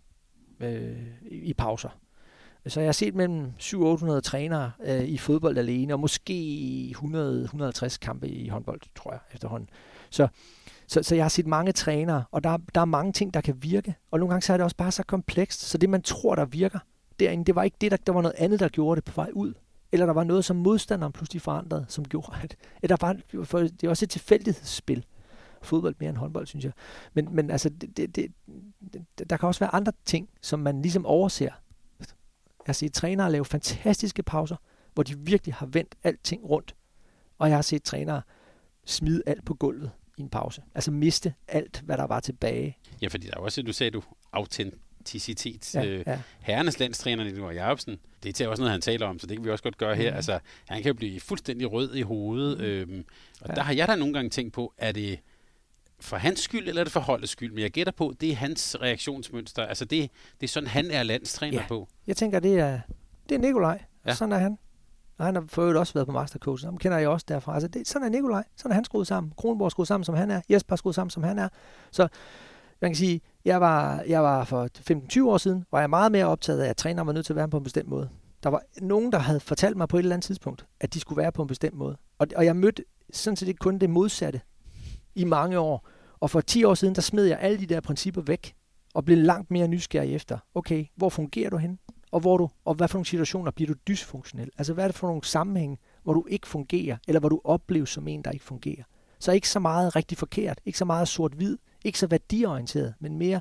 S3: øh, i pauser. Så jeg har set mellem syv og otte hundrede trænere øh, i fodbold alene, og måske hundrede til hundrede og halvtreds kampe i håndbold, tror jeg, efterhånden. Så, så, så jeg har set mange trænere, og der, der er mange ting, der kan virke. Og nogle gange så er det også bare så komplekst, så det man tror, der virker derinde, det var ikke det, der, der var noget andet, der gjorde det på vej ud. Eller der var noget, som modstanderen pludselig forandrede, som gjorde, at, at der var, for det er også et tilfældighedsspil. Fodbold mere end håndbold, synes jeg. Men, men altså, det, det, det, det, der kan også være andre ting, som man ligesom overser. Jeg har set trænere lave fantastiske pauser, hvor de virkelig har vendt alting rundt. Og jeg har set trænere smide alt på gulvet i en pause. Altså miste alt, hvad der var tilbage.
S2: Ja, fordi der er også, du sagde, du autenticitet.
S3: Ja, ja.
S2: Herrenes landstræner, Nicolai Jacobsen, det er også noget, han taler om, så det kan vi også godt gøre her. Mm. Altså, han kan jo blive fuldstændig rød i hovedet. Mm. Øhm, og ja. Der har jeg da nogle gange tænkt på, er det for hans skyld, eller er det for holdets skyld? Men jeg gætter på, det er hans reaktionsmønster. Altså, det, det er sådan, han er landstræner
S3: ja.
S2: på.
S3: Jeg tænker, det er, det er Nicolai. Ja. Sådan er han. Og han har for øvrigt også været på Mastercoach. Ham kender jeg også derfra. Altså, det, sådan er Nicolai. Sådan er han skruet sammen. Kronborg skruet sammen, som han er. Jesper skruet sammen, som han er. Så man kan sige, jeg var, jeg var for femten til tyve år siden, var jeg meget mere optaget af, at træneren var nødt til at være på en bestemt måde. Der var nogen, der havde fortalt mig på et eller andet tidspunkt, at de skulle være på en bestemt måde. Og, og jeg mødte sådan set ikke kun det modsatte i mange år. Og for ti år siden, der smed jeg alle de der principper væk, og blev langt mere nysgerrig efter, okay, hvor fungerer du hen? Og, hvor du, og hvad for nogle situationer bliver du dysfunktionel? Altså, hvad er det for nogle sammenhænge, hvor du ikke fungerer, eller hvor du opleves som en, der ikke fungerer? Så ikke så meget rigtig forkert, ikke så meget sort-hvid, ikke så værdiorienteret, men mere,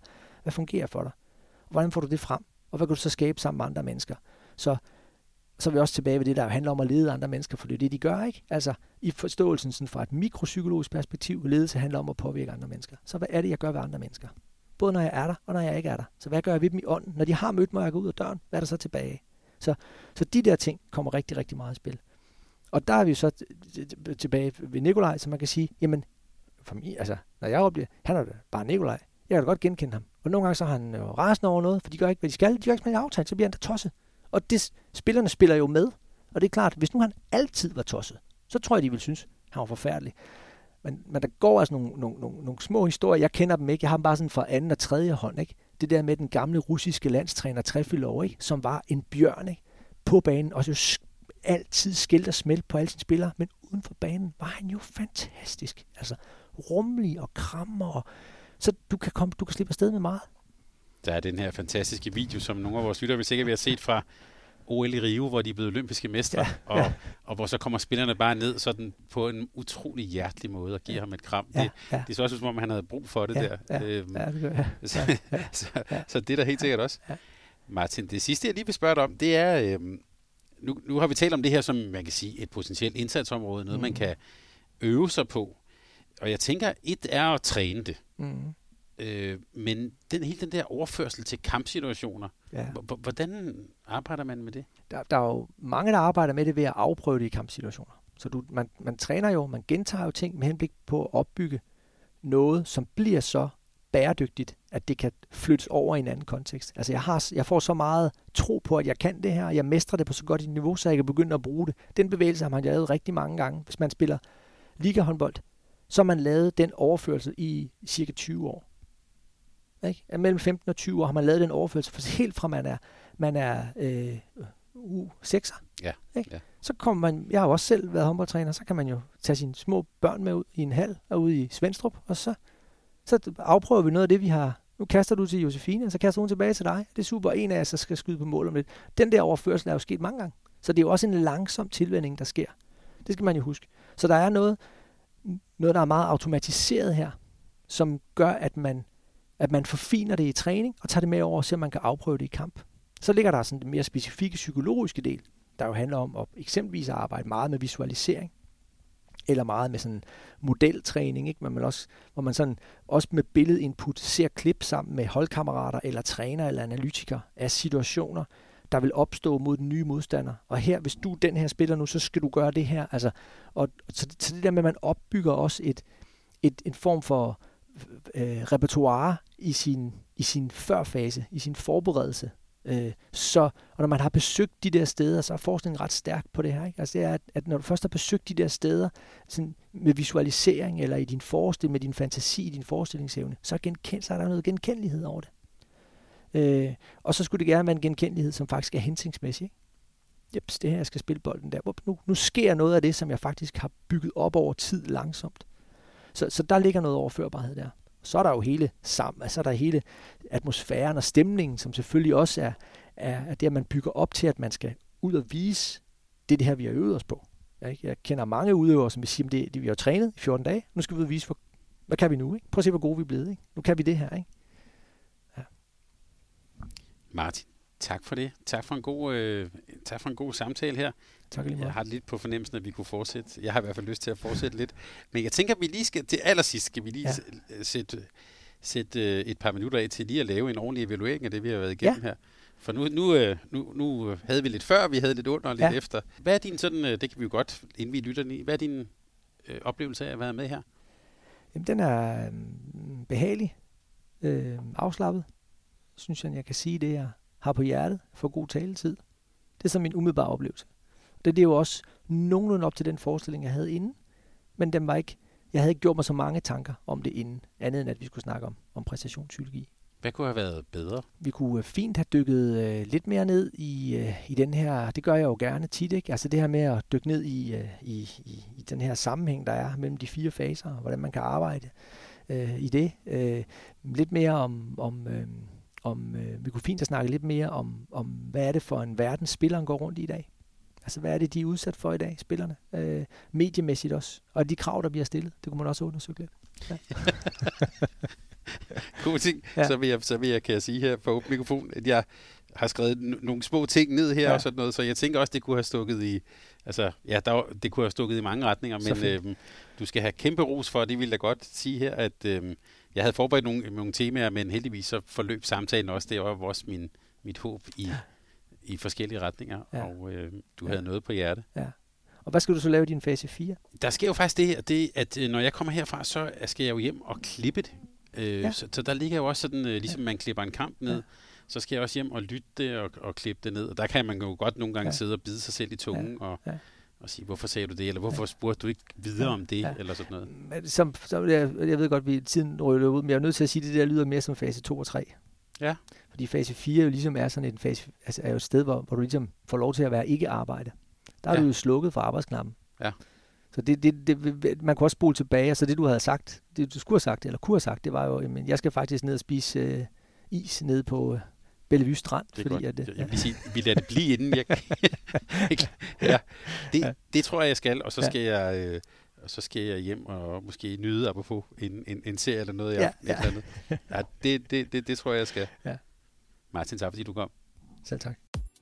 S3: Hvad fungerer for dig? Og hvordan får du det frem? Og hvad kan du så skabe sammen med andre mennesker? Så, så er vi også tilbage ved det, der handler om at lede andre mennesker, for det er det, de gør, ikke? Altså, i forståelsen sådan fra et mikropsykologisk perspektiv, ledelse handler om at påvirke andre mennesker. Så hvad er det, jeg gør ved andre mennesker? Både når jeg er der, og når jeg ikke er der. Så hvad gør jeg ved dem i ånden? Når de har mødt mig, og jeg går ud af døren, hvad er der så tilbage? Så, så de der ting kommer rigtig, rigtig meget i spil. Og der er vi så tilbage ved Nikolaj, så man kan sige, jamen, for mig, altså, når jeg oplever, han er bare Nikolaj, jeg kan da godt genkende ham. Og nogle gange så har han jo rasende over noget, for de gør ikke, hvad de skal. De gør ikke, hvad de har aftalt, så bliver han da tosset. Og det, spillerne spiller jo med. Og det er klart, hvis nu han altid var tosset, så tror jeg, de ville synes, han var forfærdelig. Men, men der går altså nogle, nogle, nogle, nogle små historier. Jeg kender dem ikke. Jeg har dem bare sådan fra anden og tredje hånd. Ikke? Det der med den gamle russiske landstræner Trefilov, ikke? Som var en bjørn, ikke? På banen. Og så altid skilt og smelt på alle sine spillere. Men uden for banen var han jo fantastisk. Altså rummelig og krammer. Og så du kan, komme, du kan slippe afsted med meget.
S2: Der er den her fantastiske video, som nogle af vores lyttere vil sikkert have set fra O L i Rio, hvor de er blevet olympiske mestre, ja, og, ja. og hvor så kommer spillerne bare ned sådan på en utrolig hjertelig måde og giver ja. ham et kram. Ja, det, ja. det er så også, som om han havde brug for det
S3: ja,
S2: der.
S3: Ja, øhm, ja, det gør jeg.
S2: Så, ja, ja, så, ja. så det er der helt sikkert også. Ja. Martin, det sidste, jeg lige vil spørge dig om, det er, øhm, nu, nu har vi talt om det her som, man kan sige, et potentielt indsatsområde, noget mm. man kan øve sig på. Og jeg tænker, et er at træne det. Mm. Øh, men den, hele den der overførsel til kampsituationer, ja. h- hvordan arbejder man med det?
S3: Der, der er jo mange, der arbejder med det ved at afprøve det i kampsituationer. Så du, man, man træner jo, man gentager jo ting med henblik på at opbygge noget, som bliver så bæredygtigt, at det kan flyttes over i en anden kontekst. Altså jeg, har, jeg får så meget tro på, at jeg kan det her, og jeg mestrer det på så godt et niveau, så jeg kan begynde at bruge det. Den bevægelse har man lavet rigtig mange gange. Hvis man spiller ligahåndbold, så har man lavet den overførsel i cirka tyve år. Ikke? Mellem femten og tyve år har man lavet den overførsel, for helt fra man er, man er øh, U sekser.
S2: Ja, ja.
S3: Så kommer man, jeg har jo også selv været håndboldtræner, så kan man jo tage sine små børn med ud i en hal og ud i Svendstrup, og så, så afprøver vi noget af det, vi har. Nu kaster du til Josefine, og så kaster hun tilbage til dig. Det er super, en af jer så skal skyde på mål om lidt. Den der overførsel er jo sket mange gange, så det er jo også en langsom tilvænning, der sker. Det skal man jo huske. Så der er noget, noget der er meget automatiseret her, som gør, at man at man forfiner det i træning, og tager det med over, så man kan afprøve det i kamp. Så ligger der sådan den mere specifikke psykologiske del, der jo handler om at eksempelvis arbejde meget med visualisering, eller meget med sådan modeltræning, ikke? Men man også, hvor man sådan også med billedinput ser klip sammen med holdkammerater, eller træner, eller analytikere af situationer, der vil opstå mod den nye modstander. Og her, hvis du den her spiller nu, så skal du gøre det her. Altså, og, så, så det der med, at man opbygger også et, et, en form for Øh, repertoire i sin, i sin førfase, i sin forberedelse. Øh, så, og når man har besøgt de der steder, så er forskningen ret stærk på det her. Ikke? Altså det er, at, at når du først har besøgt de der steder sådan med visualisering, eller i din forestilling, med din fantasi, din forestillingsevne, så er, genkend, så er der noget genkendelighed over det. Øh, og så skulle det gerne være en genkendelighed, som faktisk er hensigtsmæssig. Ikke? Jeps, det her, jeg skal spille bolden der. Nu, nu sker noget af det, som jeg faktisk har bygget op over tid langsomt. Så, så der ligger noget overførbarhed der. Så er der jo hele sammen, så er der hele atmosfæren og stemningen, som selvfølgelig også er, er, er det, at man bygger op til, at man skal ud og vise, det er det her, vi har øvet os på. Jeg, jeg kender mange udøvere, som vil sige, at det, det vi har trænet i fjorten dage, nu skal vi ud og vise, hvor, hvad kan vi nu? Ikke? Prøv at se, hvor gode vi er blevet. Ikke? Nu kan vi det her. Ikke? Ja.
S2: Martin, tak for det. Tak for en god, øh, tak for en god samtale her.
S3: Tak lige meget.
S2: Jeg har lidt på fornemmelsen, at vi kunne fortsætte. Jeg har i hvert fald lyst til at fortsætte lidt. Men jeg tænker, at vi lige skal, til allersidst skal vi lige ja. sætte, sætte et par minutter af til lige at lave en ordentlig evaluering af det, vi har været igennem ja. her. For nu, nu, nu, nu havde vi lidt før, vi havde lidt under og lidt ja. efter. Hvad er din sådan, det kan vi jo godt, inden vi lytter i, hvad er din øh, oplevelse af at være med her?
S3: Jamen, den er øh, behagelig, øh, afslappet. Synes jeg, jeg kan sige det, jeg har på hjertet for god taletid. Det er så min umiddelbare oplevelse. Det, det er jo også nogenlunde op til den forestilling, jeg havde inden, men den var ikke, jeg havde ikke gjort mig så mange tanker om det inden, andet end at vi skulle snakke om, om præstationspsykologi.
S2: Hvad kunne have været bedre?
S3: Vi kunne fint have dykket øh, lidt mere ned i, øh, i den her, det gør jeg jo gerne tit, ikke? Altså det her med at dykke ned i, øh, i, i, i den her sammenhæng, der er mellem de fire faser, og hvordan man kan arbejde øh, i det. Øh, lidt mere om, om, øh, om øh, vi kunne fint have snakket lidt mere om, om, hvad er det for en verden, spilleren går rundt i i dag. Altså, hvad er det, de er udsat for i dag, spillerne? Øh, mediemæssigt også. Og de krav, der bliver stillet, det kunne man også undersøge lidt. Ja.
S2: God ting. Ja. Så, vil jeg, så vil jeg, kan jeg sige her på åben mikrofon, at jeg har skrevet n- nogle små ting ned her ja. og sådan noget, så jeg tænker også, det kunne have stukket i, altså, ja, der, det kunne have stukket i mange retninger, men øhm, du skal have kæmpe ros for, det vil jeg godt sige her, at øhm, jeg havde forberedt nogle, nogle temaer, men heldigvis så forløb samtalen også, det var også min, mit håb i, i forskellige retninger, ja. og øh, du ja. havde noget på hjerte.
S3: Ja. Og hvad skal du så lave i din fase fire?
S2: Der sker jo faktisk det, det at øh, når jeg kommer herfra, så skal jeg jo hjem og klippe det. Øh, ja. så, så der ligger jo også sådan, øh, ligesom ja. man klipper en kamp ned, ja. så skal jeg også hjem og lytte det og, og klippe det ned. Og der kan man jo godt nogle gange ja. sidde og bide sig selv i tungen ja. og, ja. og sige, hvorfor sagde du det, eller hvorfor ja. spurgte du ikke videre ja. om det, ja. eller sådan noget.
S3: Men som, som jeg, jeg ved godt, at tiden rører ud, men jeg er nødt til at sige, at det der lyder mere som fase to og tre.
S2: Ja.
S3: Fordi fase fire jo ligesom er sådan en fase, altså er jo et sted, hvor, hvor du ligesom får lov til at være ikke-arbejde. Der er ja. du jo slukket for arbejdsknappen. Ja. Så det, det, det, man kunne også spole tilbage, så det du havde sagt, det du skulle have sagt, eller kunne have sagt, det var jo, jamen, jeg skal faktisk ned og spise øh, is nede på øh, Bellevue Strand.
S2: Det er fordi, godt. At, jeg vil sige, vi lader det blive inden. Jeg, ja, det, ja. det tror jeg, jeg skal, og så skal ja. jeg... Øh, og så skal jeg hjem og måske nyde apropos en, en, en serie eller noget. Jeg, ja, ja. Eller andet. Ja, det, det, det, det tror jeg, jeg skal. Ja. Martin, tak fordi du kom.
S3: Selv tak.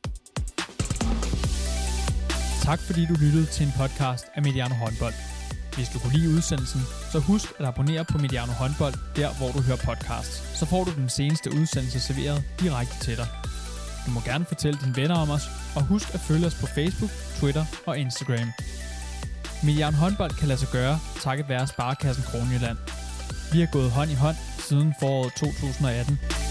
S1: Tak fordi du lyttede til en podcast af Mediano Håndbold. Hvis du kunne lide udsendelsen, så husk at abonnere på Mediano Håndbold, der hvor du hører podcasts. Så får du den seneste udsendelse serveret direkte til dig. Du må gerne fortælle dine venner om os, og husk at følge os på Facebook, Twitter og Instagram. Mediano Håndbold kan lade sig gøre, takket være Sparekassen Kronjylland. Vi har gået hånd i hånd siden foråret to tusind og atten.